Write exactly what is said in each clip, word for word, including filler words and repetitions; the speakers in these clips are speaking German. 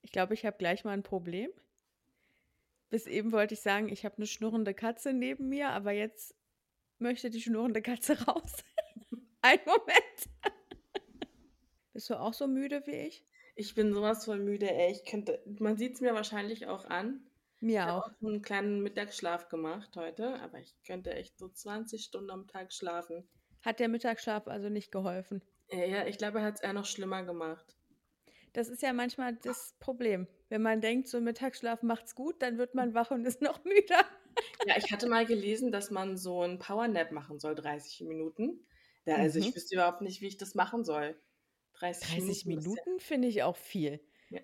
Ich glaube, ich habe gleich mal ein Problem. Bis eben wollte ich sagen, ich habe eine schnurrende Katze neben mir, aber jetzt möchte die schnurrende Katze raus. Einen Moment. Bist du auch so müde wie ich? Ich bin sowas von müde, ey. Ich könnte, man sieht es mir wahrscheinlich auch an. Ich Mir habe auch. auch so einen kleinen Mittagsschlaf gemacht heute, aber ich könnte echt so zwanzig Stunden am Tag schlafen. Hat der Mittagsschlaf also nicht geholfen? Ja, ja, ich glaube, er hat es eher noch schlimmer gemacht. Das ist ja manchmal das Problem. Wenn man denkt, so Mittagsschlaf macht's gut, dann wird man wach und ist noch müder. Ja, ich hatte mal gelesen, dass man so 'n Powernap machen soll, dreißig Minuten. Ja, also, Mhm. ich wüsste überhaupt nicht, wie ich das machen soll. dreißig dreißig Minuten ist ja Minuten finde ich auch viel. ja.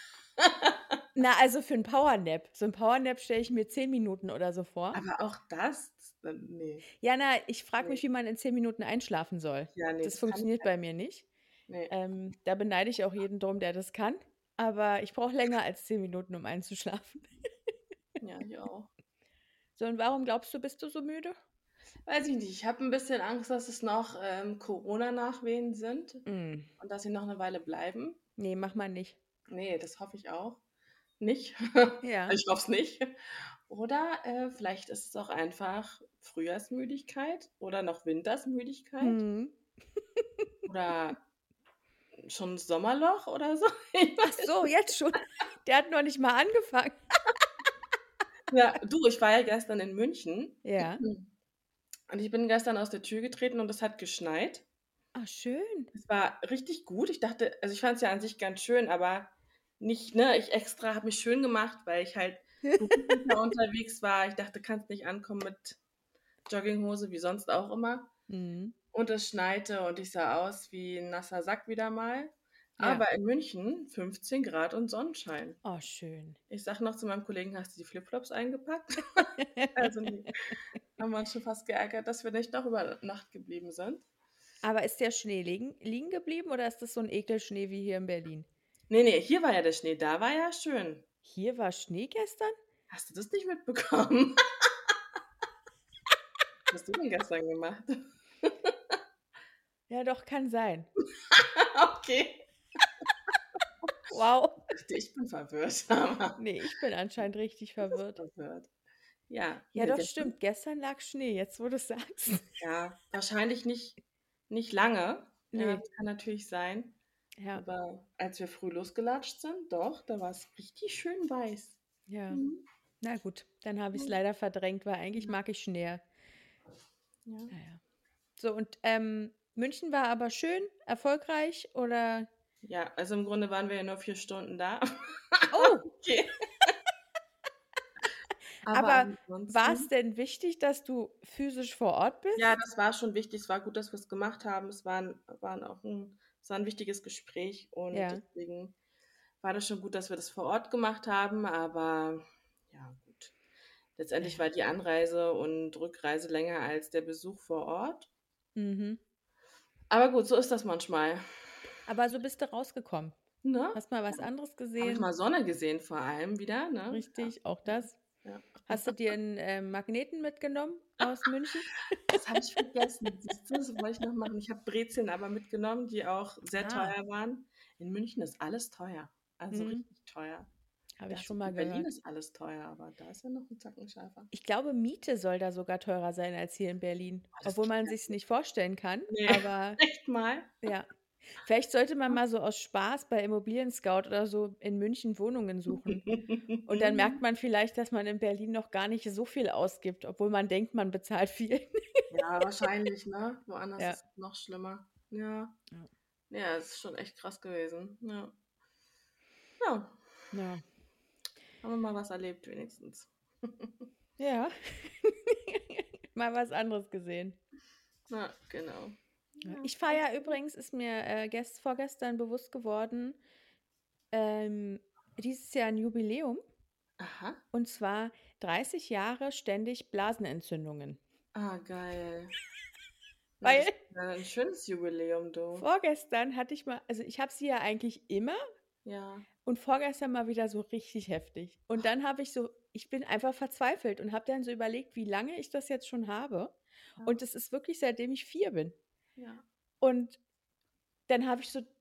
Na, also für 'n Powernap. So 'n Powernap stelle ich mir zehn Minuten oder so vor. Aber auch das, äh, ne, Ja, na, ich frage ne. mich, wie man in zehn Minuten einschlafen soll. Ja, ne, Das das kann ich funktioniert bei halt mir nicht. ne. Ähm, da beneide ich auch jeden drum, der das kann, aber ich brauche länger als zehn Minuten, um einzuschlafen. Ja, ich auch. So, und warum glaubst du, bist du so müde? Weiß ich nicht, ich habe 'n bisschen Angst, dass es noch, ähm, Corona-Nachwehen sind Hm, und dass sie noch 'ne Weile bleiben. ne, mach mal nicht. Ne, das hoffe ich auch nicht. Ja. Ich hoffe es nicht. Oder, äh, vielleicht ist es auch einfach Frühjahrsmüdigkeit oder noch Wintersmüdigkeit Mhm. oder schon Sommerloch oder so. Ich Ach weiß so, jetzt schon. Der hat noch nicht mal angefangen. ja, du, ich war ja gestern in München Ja. und ich bin gestern aus der Tür getreten und es hat geschneit. Ah, schön. Es war richtig gut. Ich dachte, also, ich fand es ja an sich ganz schön, aber nicht, ne, ich extra habe mich schön gemacht, weil ich halt beruflich ja unterwegs war. Ich dachte, kannst nicht ankommen mit Jogginghose wie sonst auch immer. Mhm. Und es schneite und ich sah aus wie 'n nasser Sack wieder mal. Ja. Aber in München fünfzehn Grad und Sonnenschein. Oh, schön. Ich sage noch zu meinem Kollegen: „Hast du die Flipflops eingepackt?“ Also, ne, haben wir uns schon fast geärgert, dass wir nicht noch über Nacht geblieben sind. Aber ist der Schnee liegen liegen geblieben oder ist das so 'n Ekelschnee wie hier in Berlin? Ne, ne, hier war ja der Schnee, da war ja schön. Hier war Schnee gestern? Hast du das nicht mitbekommen? Was hast du denn gestern gemacht? Ja, doch, kann sein. Okay. Wow. Ich dachte, ich bin verwirrt, aber Ne, ich bin anscheinend richtig du bist verwirrt. verwirrt. Ja, Ja, ne, doch, gestern stimmt. Gestern lag Schnee, jetzt wo du's sagst. ja, wahrscheinlich nicht nicht lange. Ja, Ne, das kann natürlich sein. ja, Aber als wir früh losgelatscht sind, doch, da war's richtig schön weiß. ja. Mhm. Na gut, dann habe ich's Ja, leider verdrängt, weil eigentlich ja, mag ich Schnee. ja. Na ja. So und, ähm, München war aber schön, erfolgreich oder Ja, also im Grunde waren wir ja nur vier Stunden da. oh, Okay. Aber aber war's ansonsten denn wichtig, dass du physisch vor Ort ja, bist? das war schon wichtig. Es war gut, dass wir's gemacht haben. Es war 'n waren auch 'n es war 'n wichtiges Gespräch und Ja. deswegen war das schon gut, dass wir das vor Ort gemacht haben, aber ja, gut. Ja, Letztendlich ja. war die Anreise und Rückreise länger als der Besuch vor Ort. Mhm. Aber gut, so ist das manchmal, Aber so bist du rausgekommen. ne? Hast mal was anderes Habe ich gesehen. mal Sonne gesehen vor allem wieder, ne? Richtig, auch Ja, das. ja, ja. Hast du dir 'n, ähm, Magneten mitgenommen aus München? Das habe ich vergessen. Siehst du, das wollte ich noch machen. Ich habe Brezeln aber mitgenommen, die auch sehr Ah, teuer waren. In München ist alles teuer, also mhm, richtig teuer. Ich habe ich dachte, schon mal in Berlin gehört. ist alles teuer, aber da ist ja noch 'n Zacken schärfer. Ich glaube, Miete soll da sogar teurer sein als hier in Berlin, Oh, das obwohl geht man ja sich's nicht. nicht vorstellen kann, Ne, aber echt mal? ja. Vielleicht sollte man mal so aus Spaß bei Immobilien Scout oder so in München Wohnungen suchen. Und dann merkt man vielleicht, dass man in Berlin noch gar nicht so viel ausgibt, obwohl man denkt, man bezahlt viel. Ja, wahrscheinlich, ne? Woanders Ja. ist es noch schlimmer. Ja. Ja. Ja, es ist schon echt krass gewesen. Ja. Ja, Ja. haben wir mal was erlebt wenigstens. Ja. Mal was anderes gesehen. Ja, genau. Ja. Ja, Ich feiere ja übrigens, ist mir, äh, gest vorgestern bewusst geworden, ähm, dieses Jahr ein Jubiläum, aha. und zwar dreißig Jahre ständig Blasenentzündungen. Ah, geil. Na, Weil das ist ja 'n schönes Jubiläum, du. vorgestern hatte ich mal, also, ich habe sie ja eigentlich immer, Ja. und vorgestern mal wieder so richtig heftig. Und dann habe ich so ich bin einfach verzweifelt und habe dann so überlegt, wie lange ich das jetzt schon habe. Ja, Und das ist wirklich seitdem ich vier bin. ja. Und dann habe ich so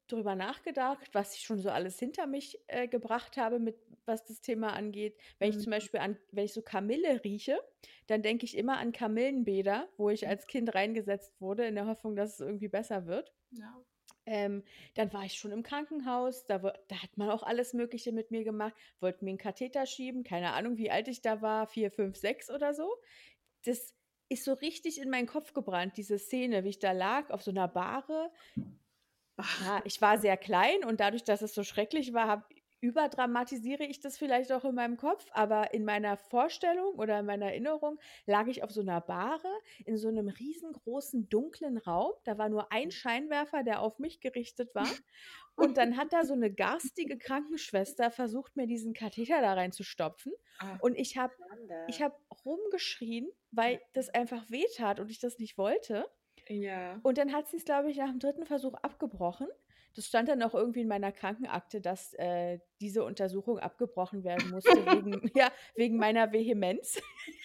drüber nachgedacht, was ich schon so alles hinter mich, äh, gebracht habe, mit was das Thema angeht. Wenn ich Mhm. zum Beispiel an wenn ich so Kamille rieche, dann denke ich immer an Kamillenbäder, wo ich als Kind reingesetzt wurde, in der Hoffnung, dass es irgendwie besser wird. Ja. Ähm, dann war ich schon im Krankenhaus, da, wo, da hat man auch alles Mögliche mit mir gemacht, wollten mir einen Katheter schieben, keine Ahnung, wie alt ich da war, vier, fünf, sechs oder so. Das ist so richtig in meinen Kopf gebrannt, diese Szene, wie ich da lag auf so einer Bahre. Ja, ich war sehr klein und dadurch, dass es so schrecklich war, habe überdramatisiere ich das vielleicht auch in meinem Kopf, aber in meiner Vorstellung oder in meiner Erinnerung lag ich auf so einer Bahre in so einem riesengroßen dunklen Raum. Da war nur ein Scheinwerfer, der auf mich gerichtet war. Und dann hat da so eine garstige Krankenschwester versucht, mir diesen Katheter da reinzustopfen. Ach, Und ich habe ich Schande. habe rumgeschrien, weil das einfach wehtat und ich das nicht wollte. Ja. Und dann hat sie es, glaube ich, nach dem dritten Versuch abgebrochen. Das stand dann auch irgendwie in meiner Krankenakte, dass, äh, diese Untersuchung abgebrochen werden musste wegen ja, wegen meiner Vehemenz.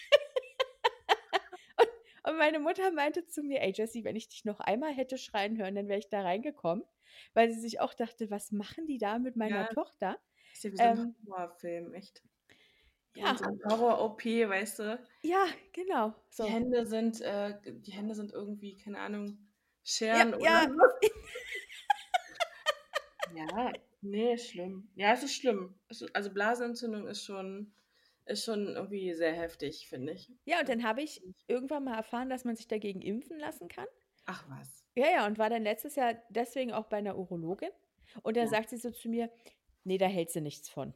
Und und meine Mutter meinte zu mir: „Ey Jessie, wenn ich dich noch einmal hätte schreien hören, dann wäre ich da reingekommen“, weil sie sich auch dachte: „Was machen die da mit meiner Ja, Tochter?“ ist ja wie so 'n Ähm, Horrorfilm, echt. Wie in ja, so 'nem Horror-O P, weißt du? ja, genau, Die so. Hände sind, äh die Hände sind irgendwie, keine Ahnung, Ja, Scheren oder ja. so. Ja, ne, schlimm. Ja, es ist schlimm. Es ist also Blasenentzündung ist schon ist schon irgendwie sehr heftig, finde ich. Ja, und Also, dann habe ich irgendwann mal erfahren, dass man sich dagegen impfen lassen kann. ach was. Ja, ja, und war dann letztes Jahr deswegen auch bei 'ner Urologin. Und dann Ja. sagt sie so zu mir: „Ne, da hält sie nichts von.“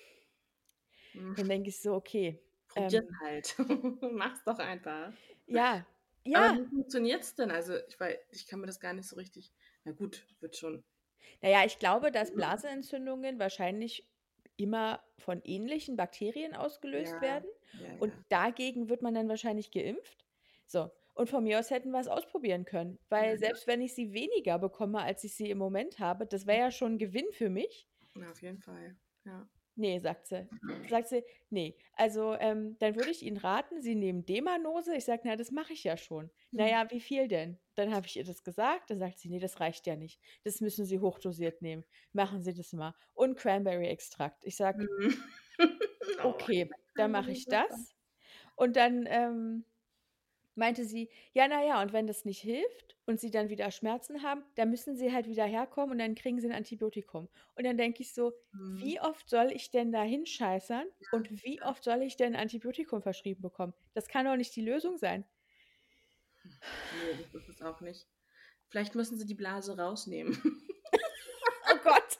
Hm, Dann denke ich so: „Okay, probier's ähm, halt. Mach's doch einfach. ja, Aber ja.“ wie funktioniert's denn? Also, ich wei ich kann mir das gar nicht so richtig na gut, wird schon. Na ja, ich glaube, dass Blasenentzündungen wahrscheinlich immer von ähnlichen Bakterien ausgelöst Ja, werden ja, und ja. dagegen wird man dann wahrscheinlich geimpft. So, und von mir aus hätten wir's ausprobieren können, Ja, weil ja. selbst wenn ich sie weniger bekomme, als ich sie im Moment habe, das wäre ja schon 'n Gewinn für mich. Na, auf jeden Fall. Ja. Ne, sagt sie. Sagt sie: „Ne, also, ähm, dann würde ich Ihnen raten, Sie nehmen Demanose.“ Ich sage: „Na, das mache ich ja schon.“ „Na Mhm. ja, wie viel denn?“ Dann habe ich ihr das gesagt. Dann sagt sie: „Ne, das reicht ja nicht. Das müssen Sie hochdosiert nehmen. Machen Sie das mal. Und Cranberry-Extrakt.“ Ich sage: Mhm. Oh, ich „Okay, mag dann mache Cranberry ich super. das.“ Und dann, ähm, meinte sie: „Ja, na ja, und wenn das nicht hilft und Sie dann wieder Schmerzen haben, dann müssen Sie halt wieder herkommen und dann kriegen Sie 'n Antibiotikum.“ Und dann denke ich so: Mhm. „Wie oft soll ich denn da hinscheißern und wie oft soll ich denn Antibiotikum verschrieben bekommen? Das kann doch nicht die Lösung sein.“ Ne, das ist es auch nicht. Vielleicht müssen sie die Blase rausnehmen. Oh Gott.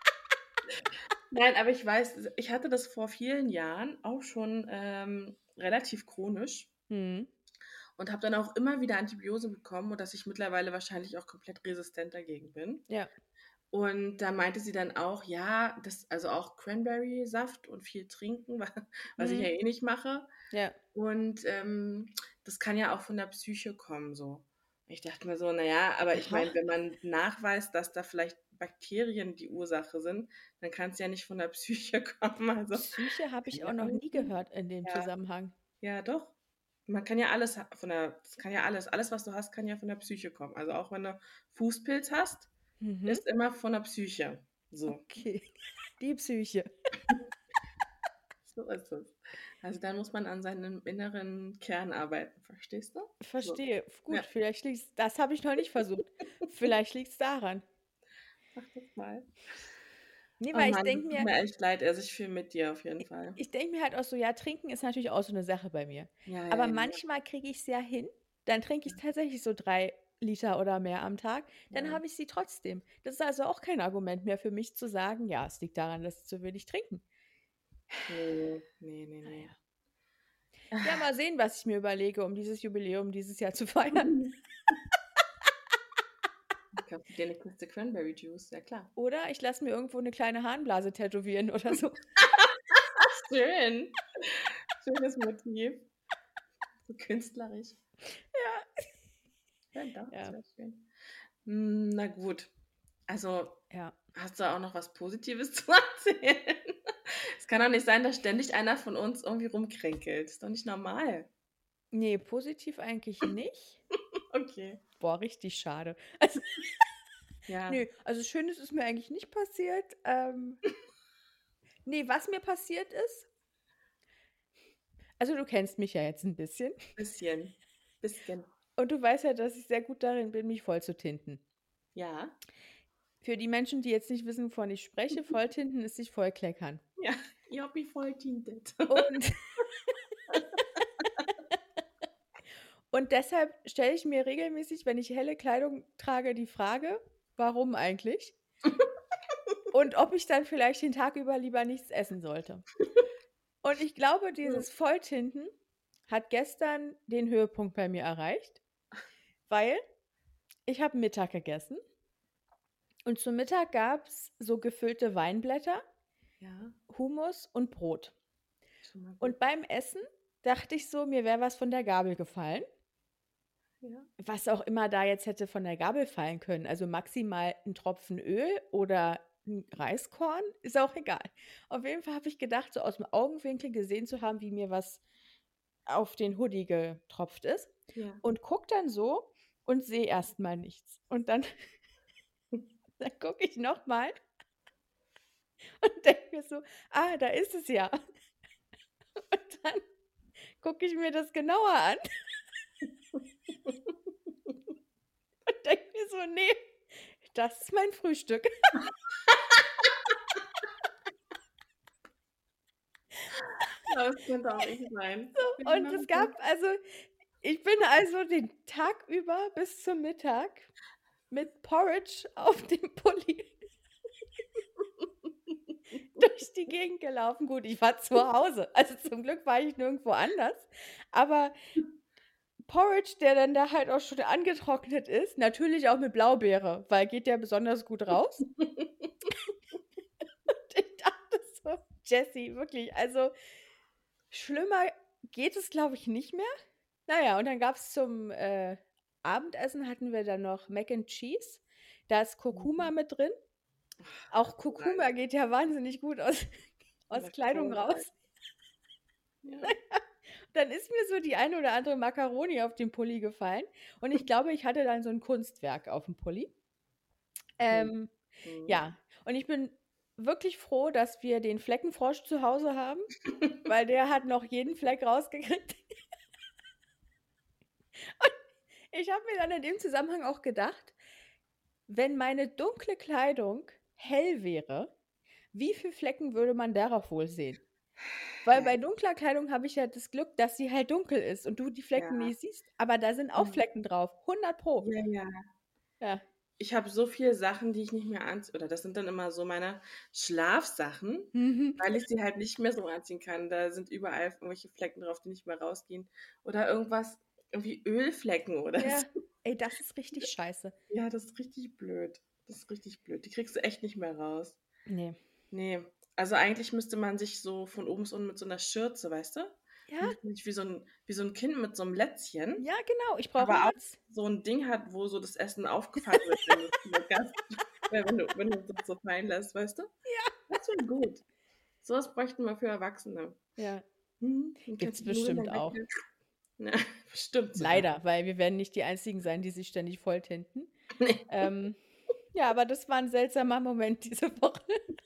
Nein, aber ich weiß, ich hatte das vor vielen Jahren auch schon, ähm, relativ chronisch Mhm. und habe dann auch immer wieder Antibiose bekommen und dass ich mittlerweile wahrscheinlich auch komplett resistent dagegen bin. Ja. Und da meinte sie dann auch, ja, das also auch Cranberry-Saft und viel trinken, wa was ich ja Mhm. eh nicht mache. Ja. Und, ähm, das kann ja auch von der Psyche kommen so. Ich dachte mir so: „Na ja, aber ich Aha. meine, wenn man nachweist, dass da vielleicht Bakterien die Ursache sind, dann kann's ja nicht von der Psyche kommen.“ Also, Psyche habe kann ich ja auch noch nie irgendwie gehört in dem ja, Zusammenhang. ja doch. Man kann ja alles ha von der das kann ja alles alles, was du hast, kann ja von der Psyche kommen. Also, auch wenn du Fußpilz hast, Mhm. ist immer von der Psyche. So. Okay. Die Psyche. So ist es. Also, da muss man an seinem inneren Kern arbeiten, verstehst du? So, Verstehe. F ja. gut, vielleicht liegt's das habe ich noch nicht versucht. Vielleicht liegt's daran. Mach das mal. Ne, Oh weil ich Mann, das denke tut mir mir echt leid. Also, ich fühle mit dir auf jeden i Fall. ich denke mir halt auch so, ja, trinken ist natürlich auch so 'ne Sache bei mir. Ja, ja, Aber ja, ja. manchmal kriege ich's ja hin, dann trinke ich tatsächlich so drei Liter oder mehr am Tag, dann Ja. habe ich sie trotzdem. Das ist also auch kein Argument mehr für mich zu sagen: „Ja, es liegt daran, dass sie zu wenig trinken.“ Ne, ne, ne, Na ne. ja. Ja, mal sehen, was ich mir überlege, um dieses Jubiläum dieses Jahr zu feiern. Kaufst du dir 'ne Kiste Cranberry Juice, ja klar. Oder ich lasse mir irgendwo 'ne kleine Harnblase tätowieren oder so. Schön. Schönes Motiv. So künstlerisch. Ja. Ja, doch, das Ja. wäre schön. Hm, na gut. Also, Ja. hast du auch noch was Positives zu erzählen? Es kann doch nicht sein, dass ständig einer von uns irgendwie rumkränkelt. Ist doch nicht normal. Ne, positiv eigentlich nicht. Okay. Boah, richtig schade. Also Ja. Nö, also Schönes ist mir eigentlich nicht passiert. Ähm, ne, was mir passiert ist also du kennst mich ja jetzt ein bisschen Bisschen. Bisschen. und du weißt ja, dass ich sehr gut darin bin, mich vollzutinten. Ja. Für die Menschen, die jetzt nicht wissen, wovon ich spreche, volltinten ist sich vollkleckern. Ja, ich habe mich volltintet. Und und deshalb stelle ich mir regelmäßig, wenn ich helle Kleidung trage, die Frage: „Warum eigentlich?“ Und ob ich dann vielleicht den Tag über lieber nichts essen sollte. Und ich glaube, Mhm. dieses Volltinten hat gestern den Höhepunkt bei mir erreicht, weil ich habe Mittag gegessen und zum Mittag gab's so gefüllte Weinblätter, Ja, Hummus und Brot. schon mal gut. Und beim Essen dachte ich so, mir wäre was von der Gabel gefallen. Ja. Was auch immer da jetzt hätte von der Gabel fallen können. Also maximal 'n Tropfen Öl oder 'n Reiskorn, ist auch egal. Auf jeden Fall habe ich gedacht, so aus'm Augenwinkel gesehen zu haben, wie mir was auf den Hoodie getropft ist Ja. und gucke dann so und sehe erst mal nichts. Und dann dann gucke ich noch mal und denke mir so: „Ah, da ist es ja.“ Und dann gucke ich mir das genauer an und denke mir so: „Ne, das ist mein Frühstück.“ Ja, das könnte auch ich sein. So, und es gab also ich bin also den Tag über bis zum Mittag mit Porridge auf dem Pulli durch die Gegend gelaufen. Gut, ich war zu Hause, also zum Glück war ich nirgendwo anders, aber Porridge, der dann da halt auch schon angetrocknet ist, natürlich auch mit Blaubeere, weil geht ja besonders gut raus. Und ich dachte so: „Jessie, wirklich, also schlimmer geht es, glaube ich, nicht mehr.“ Na ja, und dann gab's zum, äh, Abendessen hatten wir dann noch Mac and Cheese. Da ist Kurkuma Mhm. mit drin. Auch Kurkuma geht ja wahnsinnig gut aus aus Kleidung raus. Ja. Dann ist mir so die eine oder andere Makaroni auf den Pulli gefallen und ich glaube, ich hatte dann so 'n Kunstwerk aufm Pulli. Mhm. Ähm, Mhm. ja, und ich bin wirklich froh, dass wir den Fleckenfrosch zu Hause haben, weil der hat noch jeden Fleck rausgekriegt. Und ich habe mir dann in dem Zusammenhang auch gedacht: „Wenn meine dunkle Kleidung hell wäre, wie viel Flecken würde man darauf wohl sehen?“ Weil Ja. bei dunkler Kleidung habe ich ja das Glück, dass sie halt dunkel ist und du die Ja. Flecken nicht siehst, aber da sind auch Mhm. Flecken drauf, hundert Pro. Ja, ja. Ja. Ich habe so viele Sachen, die ich nicht mehr anziehe oder das sind dann immer so meine Schlafsachen, Mhm. weil ich sie halt nicht mehr so anziehen kann. Da sind überall irgendwelche Flecken drauf, die nicht mehr rausgehen oder irgendwas irgendwie Ölflecken oder so. Ja, ey, das ist richtig scheiße. Ja, das ist richtig blöd. Das ist richtig blöd. Die kriegst du echt nicht mehr raus. Ne. Ne, also eigentlich müsste man sich so von oben bis unten mit so 'ner Schürze, weißt du? Ja, Damit man nicht wie so 'n wie so 'n Kind mit so 'nem Lätzchen, ja, genau. Ich brauche 'n aber auch Latz. so 'n Ding hat, wo so das Essen aufgefangen wird, wenn du's schmeckerst. Weil wenn du wenn du das so fallen lässt, weißt du? Ja. Das wäre gut. So was bräuchten wir für Erwachsene. Ja, Mhm, dann kannst gibt's du die Nudeln bestimmt dann auch. weg ja, bestimmt sogar. Leider, weil wir werden nicht die Einzigen sein, die sich ständig volltinten. Ne. Ähm, ja, aber das war 'n seltsamer Moment diese Woche.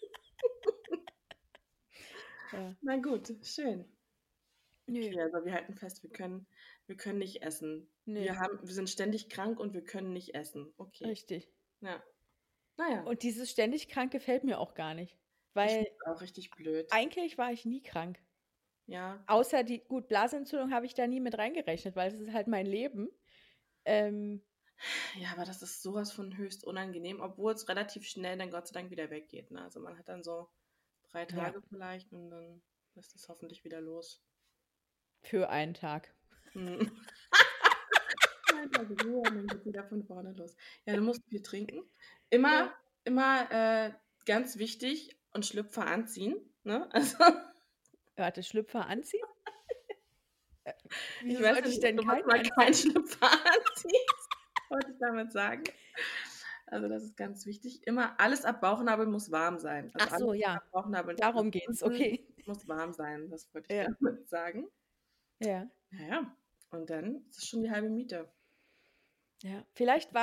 Ja. Na gut, schön. Nö. Okay, also wir halten fest, wir können wir können nicht essen. Ne, Wir haben wir sind ständig krank und wir können nicht essen. Okay. richtig. Ja. Na ja, Und dieses ständig krank gefällt mir auch gar nicht, ich weil finde es auch richtig blöd. eigentlich war ich nie krank. Ja. Außer die gut, Blasenentzündung habe ich da nie mit reingerechnet, weil das ist halt mein Leben. Ähm, Ja, aber das ist so was von höchst unangenehm, obwohl's relativ schnell dann Gott sei Dank wieder weggeht, ne? Also, man hat dann so drei ja, Tage vielleicht und dann ist es hoffentlich wieder los. für einen Tag. Mhm. drei Tage Ruhe und dann geht's wieder von vorne los. Ja, du musst viel trinken. Ja. Immer immer, äh, ganz wichtig und Schlüpfer anziehen, ne? Also, Warte, Schlüpfer anziehen? Äh, ich wieso weiß sollte ja ich nicht, ob denn du keinen manchmal keinen anziehen? Schlüpfer anziehst, wollte ich damit sagen. Also, das ist ganz wichtig. Immer alles ab Bauchnabel muss warm sein. Also, Ach alles so, ja, ab Bauchnabel nach darum geht's, unten okay. muss warm sein. Das wollte ich Ja, damit sagen. ja, Ja, ja. Und dann ist es schon die halbe Miete. ja. Vielleicht war's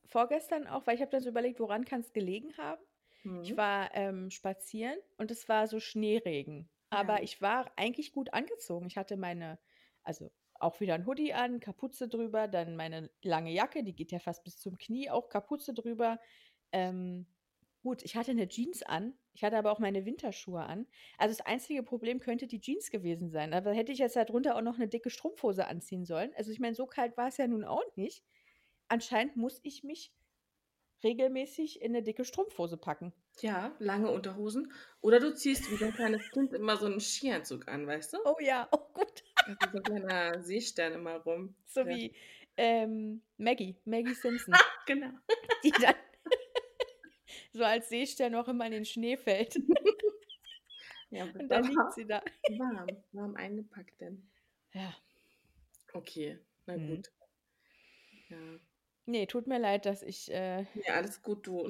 vorgestern auch, weil ich habe dann so überlegt, woran kann es gelegen haben? Ich Mhm. war, ähm, spazieren und es war so Schneeregen, Ja. aber ich war eigentlich gut angezogen. Ich hatte meine also, auch wieder 'n Hoodie an, Kapuze drüber, dann meine lange Jacke, die geht ja fast bis zum Knie, auch Kapuze drüber. Ähm, gut, ich hatte 'ne Jeans an, ich hatte aber auch meine Winterschuhe an. Also, das einzige Problem könnte die Jeans gewesen sein, aber hätte ich jetzt da drunter auch noch 'ne dicke Strumpfhose anziehen sollen? Also, ich meine, so kalt war's ja nun auch nicht. Anscheinend muss ich mich regelmäßig in 'ne dicke Strumpfhose packen. Ja, lange Unterhosen. Oder du ziehst wie so 'n kleines Kind immer so 'n Skianzug an, weißt du? Oh ja, oh gut. Also, so 'n kleiner Seestern immer rum. So Ja. wie, ähm, Maggie, Maggie Simpson, Genau. die dann so als Seestern auch immer in den Schnee fällt. Ja, wird Und dann liegt aber sie da. warm, warm eingepackt denn. Ja. Okay, na Mhm. gut. Ja. Ne, tut mir leid, dass ich, äh Ja, alles gut, du.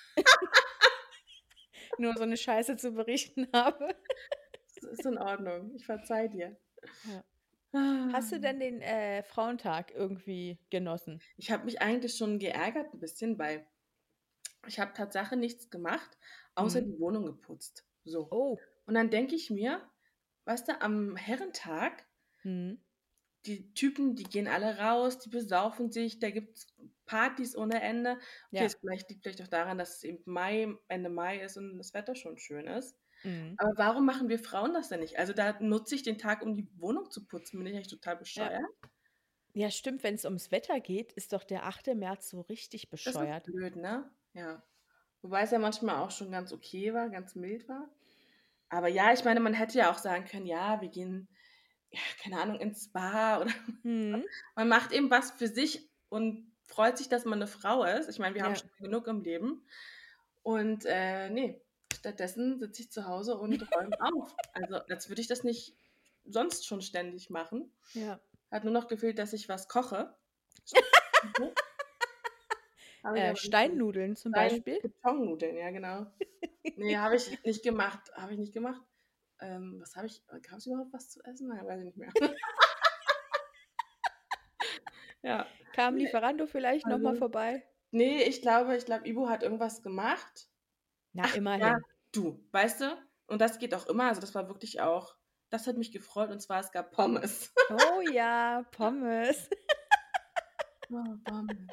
nur so 'ne Scheiße zu berichten habe. Es ist in Ordnung. Ich verzeihe dir. Ja. Ah. Hast du denn den, äh, Frauentag irgendwie genossen? Ich habe mich eigentlich schon geärgert 'n bisschen, weil ich habe Tatsache nichts gemacht, außer Mhm. die Wohnung geputzt. So. Oh. Und dann denke ich mir: „Weißt du, am Herrentag Mhm. die Typen, die gehen alle raus, die besaufen sich, da gibt's Partys ohne Ende.“ Okay, Ja. es vielleicht liegt vielleicht auch daran, dass es eben Mai Ende Mai ist und das Wetter schon schön ist. Mhm. Aber warum machen wir Frauen das denn nicht? Also, da nutze ich den Tag, um die Wohnung zu putzen. Bin ich eigentlich total Ja. bescheuert? Ja, stimmt, wenn's ums Wetter geht, ist doch der achte März so richtig Das ist bescheuert. blöd, ne? Ja. Wobei es ja manchmal auch schon ganz okay war, ganz mild war. Aber ja, ich meine, man hätte ja auch sagen können: „Ja, wir gehen, ja, keine Ahnung, ins Spa“ oder Mhm. man macht eben was für sich und freut sich, dass man 'ne Frau ist. Ich meine, wir haben Ja. schon genug im Leben. Und, äh, ne, stattdessen sitze ich zu Hause und räume auf. Also, als würde ich das nicht sonst schon ständig machen. Ja. Hat nur noch gefehlt, dass ich was koche. Habe ich Äh, aber nicht gemacht. Steinnudeln zum Stein Beispiel? Betonnudeln, ja genau. Ne, habe ich nicht gemacht, habe ich nicht gemacht. Ähm, was habe ich gab's überhaupt was zu essen? Nein, weiß ich nicht mehr. Ja. Kam Ne, Lieferando vielleicht noch mal also vorbei? ne, ich glaube ich glaube, Ibo hat irgendwas gemacht. Na, Ach ja, immerhin. du, weißt du? Und das geht auch immer, also das war wirklich auch das hat mich gefreut und zwar, es gab Pommes. Oh ja, Pommes. Oh, Pommes.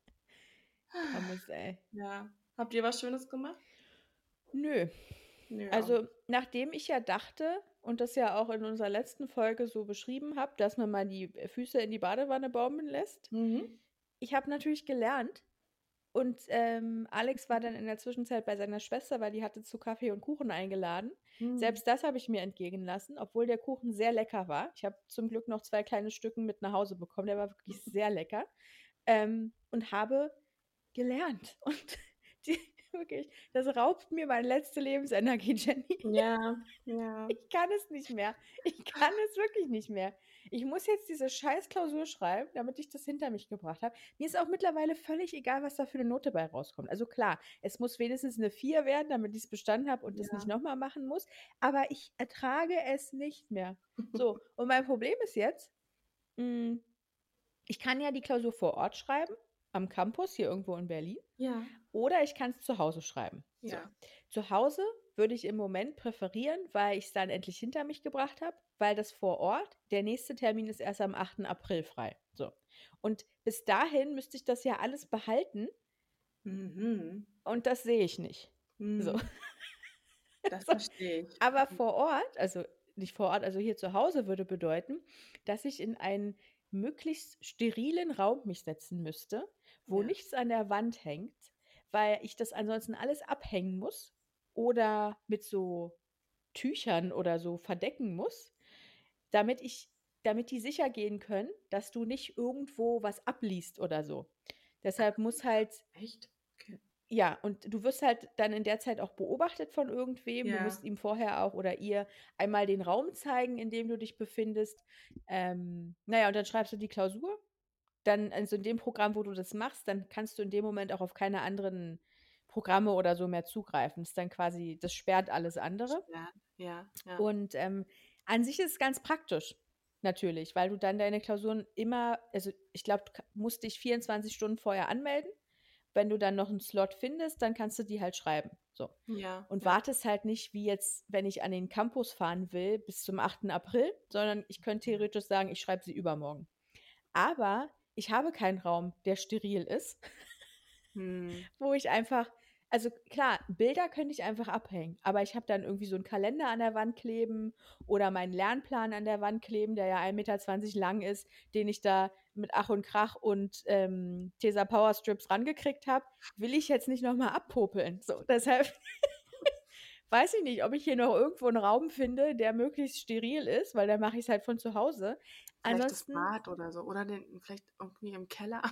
Pommes, ey. Ja. Habt ihr was Schönes gemacht? Nö. Nö, auch Also, nachdem ich ja dachte und das ja auch in unserer letzten Folge so beschrieben habe, dass man mal die, äh, Füße in die Badewanne baumeln lässt. Mhm. Ich habe natürlich gelernt und, ähm, Alex war dann in der Zwischenzeit bei seiner Schwester, weil die hatte zu Kaffee und Kuchen eingeladen. Mhm. Selbst das habe ich mir entgehen lassen, obwohl der Kuchen sehr lecker war. Ich habe zum Glück noch zwei kleine Stücken mit nach Hause bekommen. Der war wirklich sehr lecker. Ähm, und habe gelernt und die wirklich, das raubt mir meine letzte Lebensenergie, Jenny. Ja, ja. Ich kann es nicht mehr. Ich kann es wirklich nicht mehr. Ich muss jetzt diese scheiß Klausur schreiben, damit ich das hinter mich gebracht habe. Mir ist auch mittlerweile völlig egal, was da für 'ne Note bei rauskommt. Also klar, es muss wenigstens 'ne vier werden, damit ich's bestanden habe und das nicht Ja. noch mal machen muss, aber ich ertrage es nicht mehr. So, und mein Problem ist jetzt, hm, ich kann ja die Klausur vor Ort schreiben, am Campus hier irgendwo in Berlin, Ja. oder ich kann's zu Hause schreiben. So. Ja. Zu Hause würde ich im Moment präferieren, weil ich's dann endlich hinter mich gebracht habe, weil das vor Ort der nächste Termin ist erst am achten April frei. So. Und bis dahin müsste ich das ja alles behalten Mhm. und das sehe ich nicht. So. Mhm. Das So. verstehe ich. Aber vor Ort, also nicht vor Ort, also hier zu Hause würde bedeuten, dass ich in einen möglichst sterilen Raum mich setzen müsste, wo Ja. nichts an der Wand hängt, weil ich das ansonsten alles abhängen muss oder mit so Tüchern oder so verdecken muss, damit ich damit die sicher gehen können, dass du nicht irgendwo was abliest oder so. Deshalb muss halt Echt? Okay. ja, und du wirst halt dann in der Zeit auch beobachtet von irgendwem. Du musst Ja. ihm vorher auch oder ihr einmal den Raum zeigen, in dem du dich befindest. Ähm, na ja, und dann schreibst du die Klausur. Dann also in dem Programm, wo du das machst, dann kannst du in dem Moment auch auf keine anderen Programme oder so mehr zugreifen. Ist dann quasi das sperrt alles andere. Sperrt, ja, ja. Und, ähm, an sich ist es ganz praktisch, natürlich, weil du dann deine Klausuren immer also ich glaube, du ka musst dich vierundzwanzig Stunden vorher anmelden wenn du dann noch einen Slot findest, dann kannst du die halt schreiben. So. Ja, Und ja. wartest halt nicht, wie jetzt, wenn ich an den Campus fahren will, bis zum achten April, sondern ich könnte theoretisch sagen, ich schreibe sie übermorgen. Aber ich habe keinen Raum, der steril ist, Hm. wo ich einfach, also klar, Bilder könnte ich einfach abhängen, aber ich habe dann irgendwie so einen Kalender an der Wand kleben oder meinen Lernplan an der Wand kleben, der ja ein Meter zwanzig lang ist, den ich da mit Ach und Krach und ähm, Tesa Power Strips rangekriegt habe, will ich jetzt nicht nochmal abpopeln. So, deshalb weiß ich nicht, ob ich hier noch irgendwo einen Raum finde, der möglichst steril ist, weil dann mache ich es halt von zu Hause. Vielleicht das Ansonsten, Bad oder so. Oder den, vielleicht irgendwie im Keller.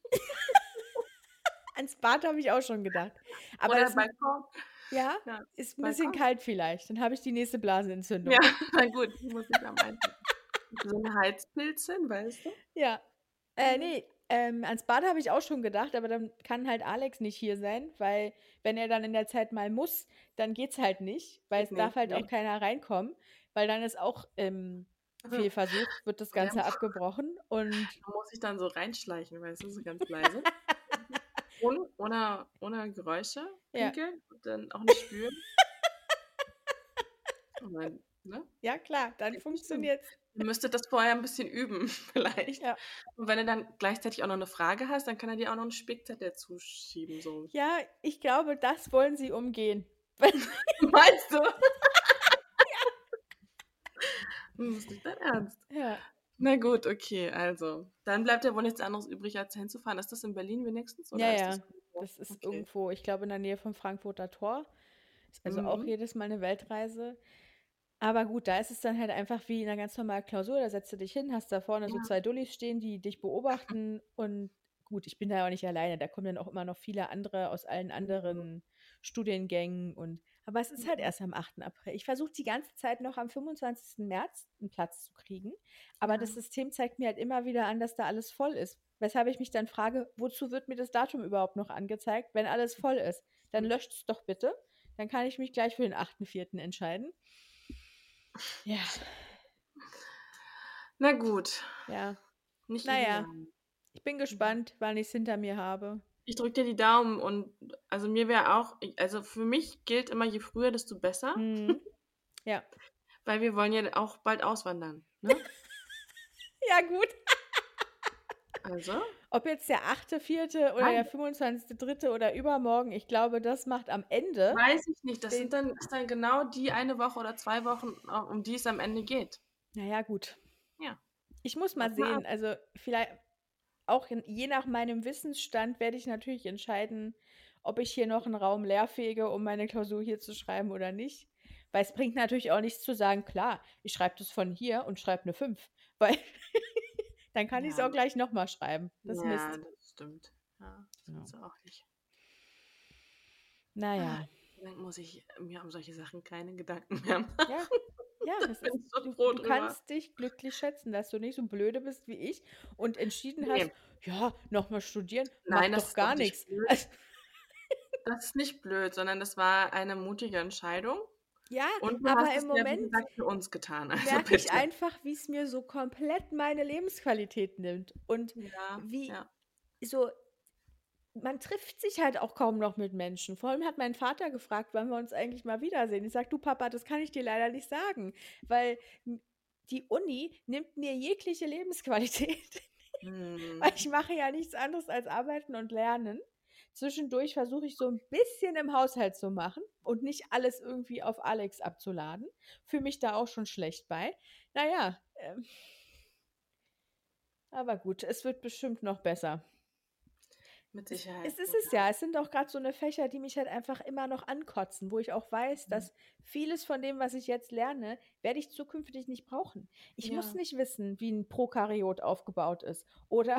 ans Bad habe ich auch schon gedacht. Aber Oder das, Balkon. ja, Ja, ist ein bisschen Balkon. kalt vielleicht. Dann habe ich die nächste Blasenentzündung. Ja, na gut, muss ich am Einpacken. So eine Heizpilzin, weißt du? Ja. Äh, Mhm. nee, ähm, ans Bad habe ich auch schon gedacht, aber dann kann halt Alex nicht hier sein, weil wenn er dann in der Zeit mal muss, dann geht's halt nicht, weil Geht es darf nicht, halt auch ne. keiner reinkommen, weil dann ist auch ähm, Mhm. Fehlversuch, wird das Und der Ganze abgebrochen und da muss ich dann so reinschleichen, weißt du, so ganz leise. Ohne ohne ohne Geräusche ja, pinkeln und dann auch nicht spüren. Und dann, ne? ja klar, dann Geht bestimmt. funktioniert's. Ihr müsstet das vorher ein bisschen üben vielleicht. Ja. Und wenn du dann gleichzeitig auch noch 'ne Frage hast, dann kann er dir auch noch 'n Spickzettel zuschieben, so. Ja, ich glaube, das wollen sie umgehen. Meinst du? Hm, ist nicht dein Ernst? Ja. Na gut, okay, also, dann bleibt ja wohl nichts anderes übrig, als hinzufahren. Ist das in Berlin wenigstens Ja, oder ist das ja. irgendwo? Das ist Okay. irgendwo, ich glaube, in der Nähe vom Frankfurter Tor. Ist also auch Mhm. jedes Mal eine Weltreise. Aber gut, da ist es dann halt einfach wie in einer ganz normalen Klausur. Da setzt du dich hin, hast da vorne so Ja. zwei Dullis stehen, die dich beobachten. Und gut, ich bin da ja auch nicht alleine. Da kommen dann auch immer noch viele andere aus allen Mhm. anderen Studiengängen. Und aber es ist halt Mhm. erst am achten April. Ich versuche die ganze Zeit noch am fünfundzwanzigsten März einen Platz zu kriegen. Aber das Ja. System zeigt mir halt immer wieder an, dass da alles voll ist. Weshalb ich mich dann frage, wozu wird mir das Datum überhaupt noch angezeigt, wenn alles voll ist? Dann löscht es doch bitte. Dann kann ich mich gleich für den achten vierten entscheiden. Ja, Na gut, ja. nicht Naja, ideal. ich bin Ja. gespannt, wann ich es hinter mir habe. Ich drücke dir die Daumen und also, mir wäre auch i also, für mich gilt immer, je früher, desto besser, Mhm. Ja. weil wir wollen ja auch bald auswandern, ne? Ja, gut. Also Ob jetzt der achte vierte oder der nein, fünfundzwanzigste dritte oder übermorgen, ich glaube, das macht am Ende weiß ich nicht. Das sind den. dann ist dann genau die eine Woche oder zwei Wochen, äh, um die es am Ende geht. Naja, gut. Ja, Ich muss mal warte mal ab. sehen. Also, vielleicht auch in, je nach meinem Wissensstand werde ich natürlich entscheiden, ob ich hier noch einen Raum leerfege, um meine Klausur hier zu schreiben oder nicht. Weil es bringt natürlich auch nichts zu sagen, klar, ich schreibe das von hier und schreibe eine fünf. Weil dann kann ich es Ja, auch gleich nochmal schreiben. Das ist ja, Mist. das stimmt. Ja, das Ja. willst du auch nicht. Ah, Naja. dann muss ich mir um solche Sachen keine Gedanken mehr machen. Ja, ja, Da das bin ist, ich so du, froh du drüber. kannst dich glücklich schätzen, dass du nicht so blöde bist wie ich und entschieden Ne, hast, ja, nochmal studieren, nein, macht das doch ist doch gar nicht nichts. blöd. Also, Das ist nicht blöd, sondern das war eine mutige Entscheidung ja, und du aber hast im es ja, wie Moment gesagt, für uns getan, also merke ich bitte. einfach, wie es mir so komplett meine Lebensqualität nimmt und Ja, wie ja. so, man trifft sich halt auch kaum noch mit Menschen. Vor allem hat mein Vater gefragt, wann wir uns eigentlich mal wiedersehen. Ich sage, du Papa, das kann ich dir leider nicht sagen, weil m- die Uni nimmt mir jegliche Lebensqualität, weil Mhm. ich mache ja nichts anderes als arbeiten und lernen. Zwischendurch versuche ich so ein bisschen im Haushalt zu machen und nicht alles irgendwie auf Alex abzuladen. Fühle mich da auch schon schlecht bei. Naja, ähm, aber gut, es wird bestimmt noch besser. Mit Es, Sicherheit. es ist es ja. Es sind auch gerade so eine Fächer, die mich halt einfach immer noch ankotzen, wo ich auch weiß, Mhm. dass vieles von dem, was ich jetzt lerne, werde ich zukünftig nicht brauchen. Ich muss Ja. nicht wissen, wie ein Prokaryot aufgebaut ist oder